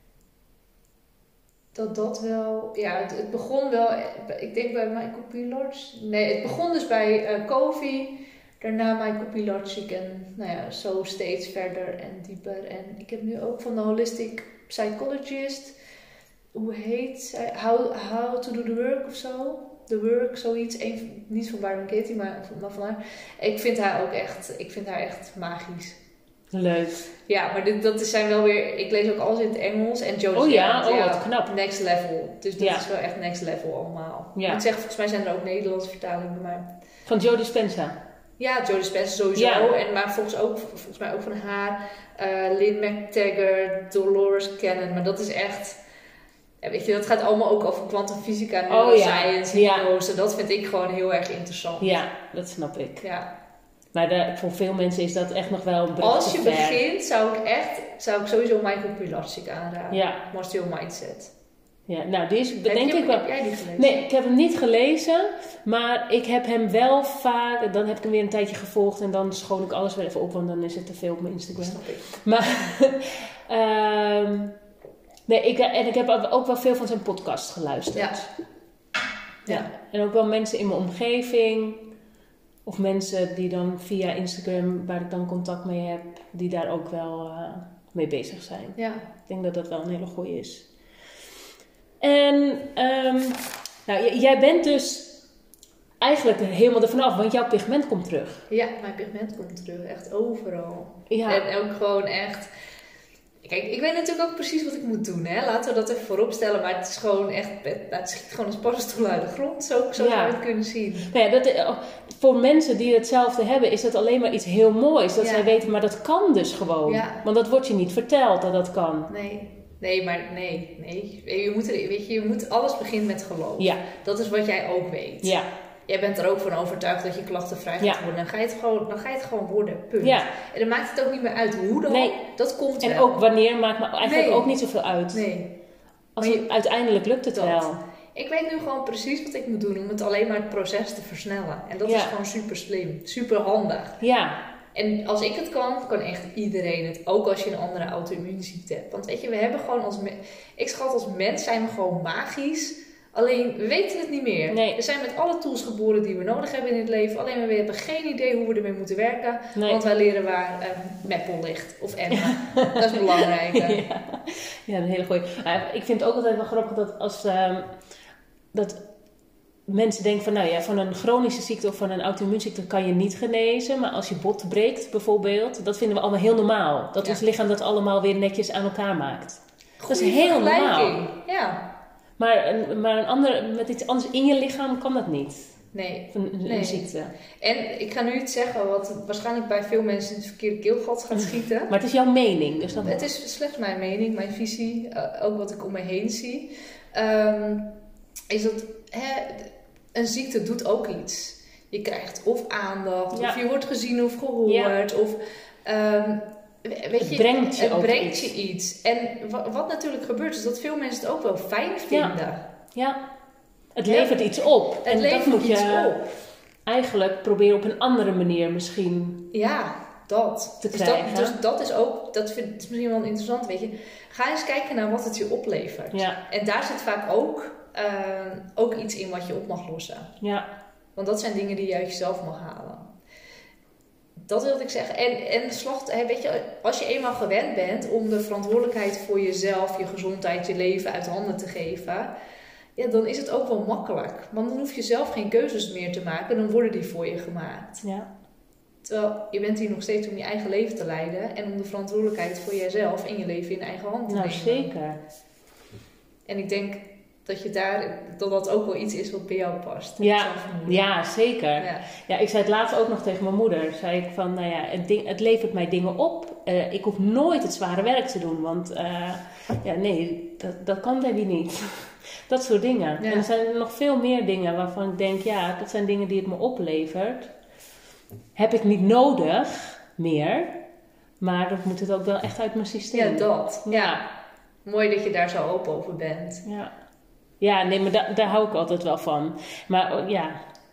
Speaker 2: dat dat wel... Ja, het, het begon wel... Ik denk bij Michael Pilarczyk. Nee, het begon dus bij uh, Covey. Daarna Michael Pilarczyk. En nou ja, zo steeds verder en dieper. En ik heb nu ook van de Holistic Psychologist... Hoe heet zij? How, how to do the work of zo? The work, zoiets. Een, niet van Byron Katie, maar, maar van haar. Ik vind haar ook echt, ik vind haar echt magisch.
Speaker 1: Leuk.
Speaker 2: Ja, maar dit, dat zijn wel weer... Ik lees ook alles in het Engels. En Joe
Speaker 1: oh ja,
Speaker 2: echt,
Speaker 1: oh
Speaker 2: ja,
Speaker 1: wat knap.
Speaker 2: Next level. Dus dat
Speaker 1: ja.
Speaker 2: is wel echt next level allemaal.
Speaker 1: Ja.
Speaker 2: Ik moet zeggen, volgens mij zijn er ook Nederlandse vertalingen. Maar...
Speaker 1: Van Joe Dispenza?
Speaker 2: Ja, Joe Dispenza sowieso.
Speaker 1: Ja.
Speaker 2: En, maar volgens, ook, volgens mij ook van haar. Uh, Lynn McTaggart, Dolores Cannon. Maar dat is echt... Ja, weet je, dat gaat allemaal ook over kwantumfysica, neuroscience,
Speaker 1: oh, ja.
Speaker 2: hypnose. Ja. Dat vind ik gewoon heel erg interessant.
Speaker 1: Ja, dat snap ik.
Speaker 2: Ja.
Speaker 1: Maar de, voor veel mensen is dat echt nog wel een brug
Speaker 2: Als je
Speaker 1: te ver.
Speaker 2: begint, zou ik echt, zou ik sowieso Michael Pilarczyk aanraden.
Speaker 1: Ja.
Speaker 2: Master Your Mindset.
Speaker 1: Ja, nou die is,
Speaker 2: heb
Speaker 1: denk
Speaker 2: je,
Speaker 1: ik wel...
Speaker 2: Heb jij die gelezen?
Speaker 1: Nee, ik heb hem niet gelezen. Maar ik heb hem wel vaak... Dan heb ik hem weer een tijdje gevolgd. En dan schoon ik alles weer even op. Want dan is het te veel op mijn Instagram.
Speaker 2: Snap ik.
Speaker 1: Maar... um, nee, ik, en ik heb ook wel veel van zijn podcast geluisterd.
Speaker 2: Ja.
Speaker 1: Ja. Ja. En ook wel mensen in mijn omgeving... Of mensen die dan via Instagram... Waar ik dan contact mee heb... Die daar ook wel uh, mee bezig zijn.
Speaker 2: Ja.
Speaker 1: Ik denk dat dat wel een hele goeie is. En um, nou, j- jij bent dus eigenlijk helemaal ervan af, want jouw pigment komt terug.
Speaker 2: Ja, mijn pigment komt terug. Echt overal.
Speaker 1: Ja.
Speaker 2: En ook gewoon echt... Kijk, ik weet natuurlijk ook precies wat ik moet doen. Hè? Laten we dat even voorop stellen. Maar het is gewoon echt... Het schiet gewoon als paddenstoel uit de grond. Zo, zo
Speaker 1: ja.
Speaker 2: zou je het kunnen zien.
Speaker 1: Nou ja, dat, voor mensen die hetzelfde hebben, is dat alleen maar iets heel moois. Dat
Speaker 2: ja.
Speaker 1: zij weten, maar dat kan dus gewoon.
Speaker 2: Ja.
Speaker 1: Want dat wordt je niet verteld, dat dat kan.
Speaker 2: Nee. Nee, maar nee, nee. Je moet, er, weet je, je moet alles beginnen met geloof.
Speaker 1: Ja.
Speaker 2: Dat is wat jij ook weet.
Speaker 1: Ja.
Speaker 2: Jij bent er ook van overtuigd dat je klachtenvrij gaat
Speaker 1: ja.
Speaker 2: worden. Dan ga, je het gewoon, dan ga je het gewoon worden, punt.
Speaker 1: Ja.
Speaker 2: En dan maakt het ook niet meer uit hoe dan.
Speaker 1: Nee.
Speaker 2: Dat komt
Speaker 1: en
Speaker 2: wel.
Speaker 1: En ook wanneer maakt me eigenlijk
Speaker 2: nee.
Speaker 1: ook niet zoveel uit.
Speaker 2: Nee.
Speaker 1: Als het,
Speaker 2: je,
Speaker 1: uiteindelijk lukt het
Speaker 2: dat.
Speaker 1: wel.
Speaker 2: Ik weet nu gewoon precies wat ik moet doen om het alleen maar het proces te versnellen. En dat
Speaker 1: ja.
Speaker 2: is gewoon super slim. Super handig.
Speaker 1: Ja.
Speaker 2: En als ik het kan, kan echt iedereen het. Ook als je een andere auto-immuunziekte hebt. Want weet je, we hebben gewoon als... Me- ik schat als mens zijn we gewoon magisch. Alleen, we weten het niet meer.
Speaker 1: Nee.
Speaker 2: We zijn met alle tools geboren die we nodig hebben in het leven. Alleen, we hebben geen idee hoe we ermee moeten werken.
Speaker 1: Nee.
Speaker 2: Want wij leren waar um, Meppel ligt. Of Emma. Dat is belangrijk.
Speaker 1: ja. ja, een hele goeie. Uh, ik vind het ook altijd wel grappig dat als... Um, dat mensen denken van, nou ja, van een chronische ziekte of van een auto-immuunziekte kan je niet genezen. Maar als je bot breekt bijvoorbeeld, dat vinden we allemaal heel normaal. Dat ja. ons lichaam dat allemaal weer netjes aan elkaar maakt.
Speaker 2: Goeie
Speaker 1: dat is heel normaal.
Speaker 2: Ja.
Speaker 1: Maar, een, maar een ander, met iets anders in je lichaam kan dat niet.
Speaker 2: Nee.
Speaker 1: Een, een,
Speaker 2: nee.
Speaker 1: een ziekte.
Speaker 2: En ik ga nu iets zeggen wat waarschijnlijk bij veel mensen in het verkeerde keelgat gaat schieten.
Speaker 1: Maar het is jouw mening. Dus dat
Speaker 2: het is slechts mijn mening, mijn visie. Uh, ook wat ik om me heen zie. Um, is dat... Hè, een ziekte doet ook iets. Je krijgt of aandacht, ja. of je wordt gezien of gehoord. Ja. Of, um, weet
Speaker 1: het
Speaker 2: je,
Speaker 1: brengt je,
Speaker 2: het
Speaker 1: ook
Speaker 2: brengt
Speaker 1: iets.
Speaker 2: je iets. En wat, wat natuurlijk gebeurt, is dat veel mensen het ook wel fijn vinden.
Speaker 1: Ja, ja. Het levert ja. iets op.
Speaker 2: Het
Speaker 1: en
Speaker 2: levert
Speaker 1: dat moet
Speaker 2: iets
Speaker 1: je
Speaker 2: op.
Speaker 1: Eigenlijk proberen op een andere manier misschien
Speaker 2: ja, dat.
Speaker 1: te
Speaker 2: dus
Speaker 1: krijgen.
Speaker 2: Dat, dus dat is ook, dat vind, is misschien wel interessant, weet je. Ga eens kijken naar wat het je oplevert.
Speaker 1: Ja.
Speaker 2: En daar zit vaak ook... Uh, ook iets in wat je op mag lossen.
Speaker 1: Ja.
Speaker 2: Want dat zijn dingen die je uit jezelf mag halen. Dat wilde ik zeggen. En, en slacht, weet je, als je eenmaal gewend bent om de verantwoordelijkheid voor jezelf, je gezondheid, je leven uit handen te geven, ja, dan is het ook wel makkelijk. Want dan hoef je zelf geen keuzes meer te maken, dan worden die voor je gemaakt.
Speaker 1: Ja.
Speaker 2: Terwijl je bent hier nog steeds om je eigen leven te leiden en om de verantwoordelijkheid voor jezelf en je leven in eigen hand te
Speaker 1: nou,
Speaker 2: nemen.
Speaker 1: Zeker.
Speaker 2: En ik denk, dat je daar, dat dat ook wel iets is wat bij jou past.
Speaker 1: Ja, ja zeker.
Speaker 2: Ja.
Speaker 1: Ja, ik zei het laatst ook nog tegen mijn moeder. Zei ik van, nou ja, het, ding, het levert mij dingen op. Uh, ik hoef nooit het zware werk te doen. Want uh, ja, nee, dat, dat kan Debbie niet. Dat soort dingen. Ja. En er zijn nog veel meer dingen waarvan ik denk, ja, dat zijn dingen die het me oplevert. Heb ik niet nodig meer. Maar dan moet het ook wel echt uit mijn systeem.
Speaker 2: Ja, dat. Ja. Mooi dat je daar zo open over bent.
Speaker 1: Ja. Ja, nee, maar da- daar hou ik altijd wel van. Maar ja,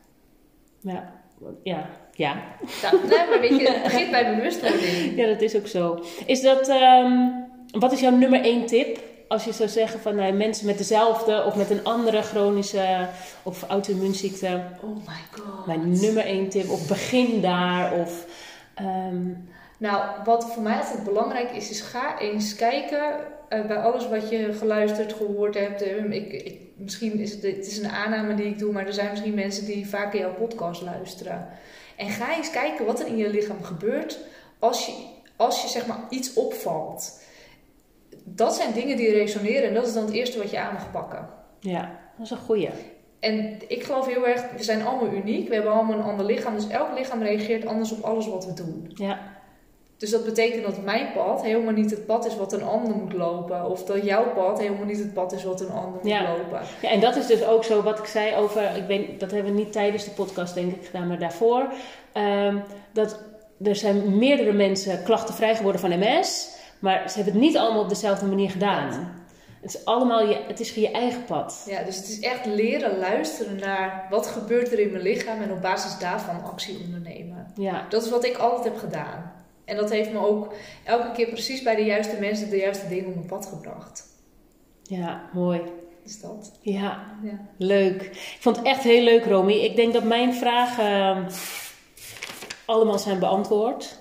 Speaker 1: ja, ja, ja.
Speaker 2: Nou, nee, maar weet je, het begint bij bewustwording.
Speaker 1: Ja, dat is ook zo. Is dat, um, wat is jouw nummer één tip? Als je zou zeggen van nou, mensen met dezelfde of met een andere chronische of auto-immuunziekte.
Speaker 2: Oh my god.
Speaker 1: Mijn nummer één tip, of begin daar. Of, um...
Speaker 2: Nou, wat voor mij altijd belangrijk is, is ga eens kijken uh, bij alles wat je geluisterd, gehoord hebt. Uh, ik, ik, misschien is het, het is een aanname die ik doe, maar er zijn misschien mensen die vaker jouw podcast luisteren. En ga eens kijken wat er in je lichaam gebeurt als je, als je zeg maar iets opvalt. Dat zijn dingen die resoneren en dat is dan het eerste wat je aan mag pakken.
Speaker 1: Ja, dat is een goeie.
Speaker 2: En ik geloof heel erg, we zijn allemaal uniek, we hebben allemaal een ander lichaam, dus elk lichaam reageert anders op alles wat we doen.
Speaker 1: Ja.
Speaker 2: Dus dat betekent dat mijn pad helemaal niet het pad is wat een ander moet lopen. Of dat jouw pad helemaal niet het pad is wat een ander moet
Speaker 1: ja.
Speaker 2: lopen.
Speaker 1: Ja, en dat is dus ook zo wat ik zei over, ik weet, dat hebben we niet tijdens de podcast denk ik gedaan, maar daarvoor. Um, dat er zijn meerdere mensen klachtenvrij geworden van M S, maar ze hebben het niet allemaal op dezelfde manier gedaan. Het is allemaal je, het is je eigen pad.
Speaker 2: Ja, dus het is echt leren luisteren naar wat gebeurt er in mijn lichaam en op basis daarvan actie ondernemen.
Speaker 1: Ja.
Speaker 2: Dat is wat ik altijd heb gedaan. En dat heeft me ook elke keer precies bij de juiste mensen de juiste dingen op mijn pad gebracht.
Speaker 1: Ja, mooi.
Speaker 2: Is dat?
Speaker 1: Ja,
Speaker 2: ja,
Speaker 1: leuk. Ik vond het echt heel leuk, Romy. Ik denk dat mijn vragen uh, allemaal zijn beantwoord.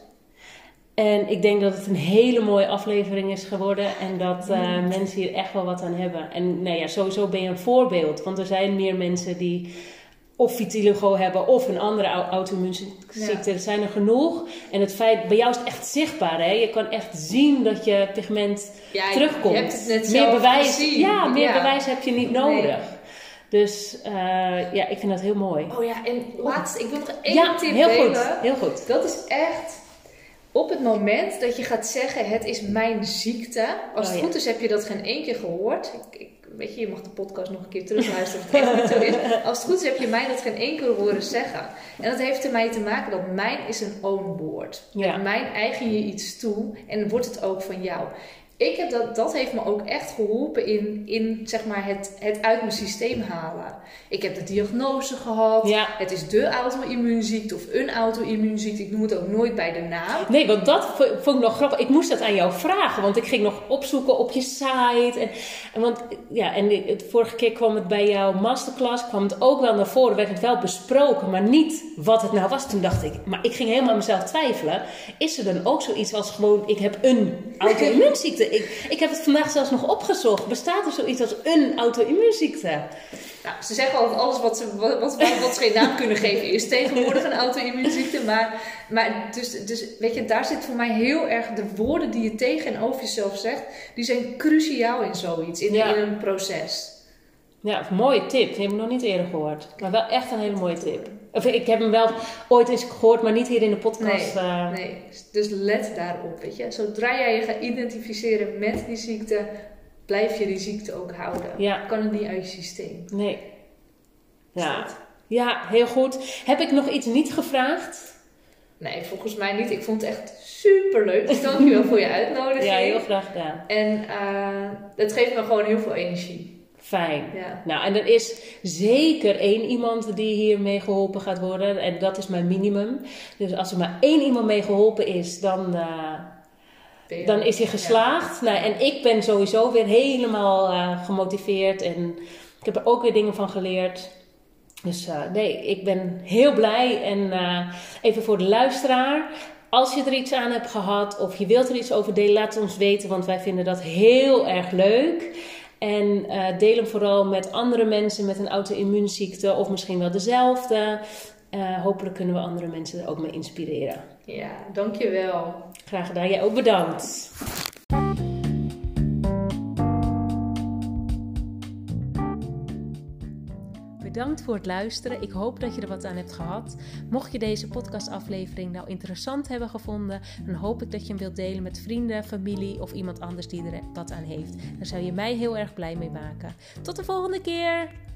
Speaker 1: En ik denk dat het een hele mooie aflevering is geworden. En dat uh, mm. mensen hier echt wel wat aan hebben. En nou ja, sowieso ben je een voorbeeld. Want er zijn meer mensen die of vitiligo hebben of een andere auto-immuunziekte. Ja. Er zijn er genoeg. En het feit, bij jou is het echt zichtbaar. Hè? Je kan echt zien dat je pigment ja, terugkomt.
Speaker 2: Je hebt het net
Speaker 1: meer bewijs,
Speaker 2: gezien.
Speaker 1: Ja, meer
Speaker 2: ja.
Speaker 1: bewijs heb je niet nodig.
Speaker 2: Nee.
Speaker 1: Dus uh, ja, ik vind dat heel mooi.
Speaker 2: Oh ja, en laatst, ik wil nog één
Speaker 1: ja,
Speaker 2: tip
Speaker 1: heel
Speaker 2: delen.
Speaker 1: Goed, heel goed.
Speaker 2: Dat is echt op het moment dat je gaat zeggen, het is mijn ziekte. Als
Speaker 1: oh,
Speaker 2: het
Speaker 1: ja.
Speaker 2: goed is, heb je dat geen één keer gehoord. Ik, ik, weet je, je mag de podcast nog een keer terugluisteren of het echt niet zo is. Als het goed is, heb je mij dat geen één keer horen zeggen. En dat heeft ermee te maken dat mijn is een own woord.
Speaker 1: Ja.
Speaker 2: Met mijn eigen je iets toe en wordt het ook van jou. Ik heb dat, dat heeft me ook echt geholpen in, in zeg maar het, het uit mijn systeem halen. Ik heb de diagnose gehad.
Speaker 1: Ja.
Speaker 2: Het is de auto-immuunziekte of een auto-immuunziekte. Ik noem het ook nooit bij de naam.
Speaker 1: Nee, want dat vond ik nog grappig. Ik moest dat aan jou vragen. Want ik ging nog opzoeken op je site. En, en, want, ja, en de vorige keer kwam het bij jouw masterclass. Kwam het ook wel naar voren. Werd het wel besproken. Maar niet wat het nou was. Toen dacht ik. Maar ik ging helemaal aan mezelf twijfelen. Is er dan ook zoiets als gewoon. Ik heb een auto-immuunziekte. Ik, ik heb het vandaag zelfs nog opgezocht. Bestaat er zoiets als een auto-immuunziekte?
Speaker 2: Nou, ze zeggen altijd alles wat ze, wat, wat, wat ze geen naam kunnen geven is tegenwoordig een auto-immuunziekte. Maar, maar dus, dus weet je, daar zit voor mij heel erg de woorden die je tegen en over jezelf zegt. Die zijn cruciaal in zoiets, in, ja. in een proces.
Speaker 1: Ja, een mooie tip. Die heb ik nog niet eerder gehoord. Maar wel echt een hele mooie tip. Of, ik heb hem wel ooit eens gehoord, maar niet hier in de podcast.
Speaker 2: Nee,
Speaker 1: uh...
Speaker 2: nee. Dus let daarop, weet je. Zodra jij je gaat identificeren met die ziekte, blijf je die ziekte ook houden.
Speaker 1: Ja.
Speaker 2: Kan het niet uit je systeem.
Speaker 1: Nee. Ja. Ja, heel goed. Heb ik nog iets niet gevraagd?
Speaker 2: Nee, volgens mij niet. Ik vond het echt super leuk. Dus dankjewel voor je uitnodiging.
Speaker 1: Ja, heel graag gedaan.
Speaker 2: En uh, het geeft me gewoon heel veel energie.
Speaker 1: Fijn.
Speaker 2: Ja.
Speaker 1: Nou, en er is zeker één iemand die hiermee geholpen gaat worden. En dat is mijn minimum. Dus als er maar één iemand mee geholpen is, dan, uh, dan is hij geslaagd. Ja. Nou, en ik ben sowieso weer helemaal uh, gemotiveerd. En ik heb er ook weer dingen van geleerd. Dus uh, nee, ik ben heel blij. En uh, even voor de luisteraar. Als je er iets aan hebt gehad of je wilt er iets over delen, laat het ons weten. Want wij vinden dat heel erg leuk. En uh, deel hem vooral met andere mensen met een auto-immuunziekte of misschien wel dezelfde. Uh, hopelijk kunnen we andere mensen er ook mee inspireren.
Speaker 2: Ja, dankjewel.
Speaker 1: Graag gedaan. Jij ook, bedankt. bedankt voor het luisteren. Ik hoop dat je er wat aan hebt gehad. Mocht je deze podcastaflevering nou interessant hebben gevonden, dan hoop ik dat je hem wilt delen met vrienden, familie of iemand anders die er wat aan heeft. Daar zou je mij heel erg blij mee maken. Tot de volgende keer!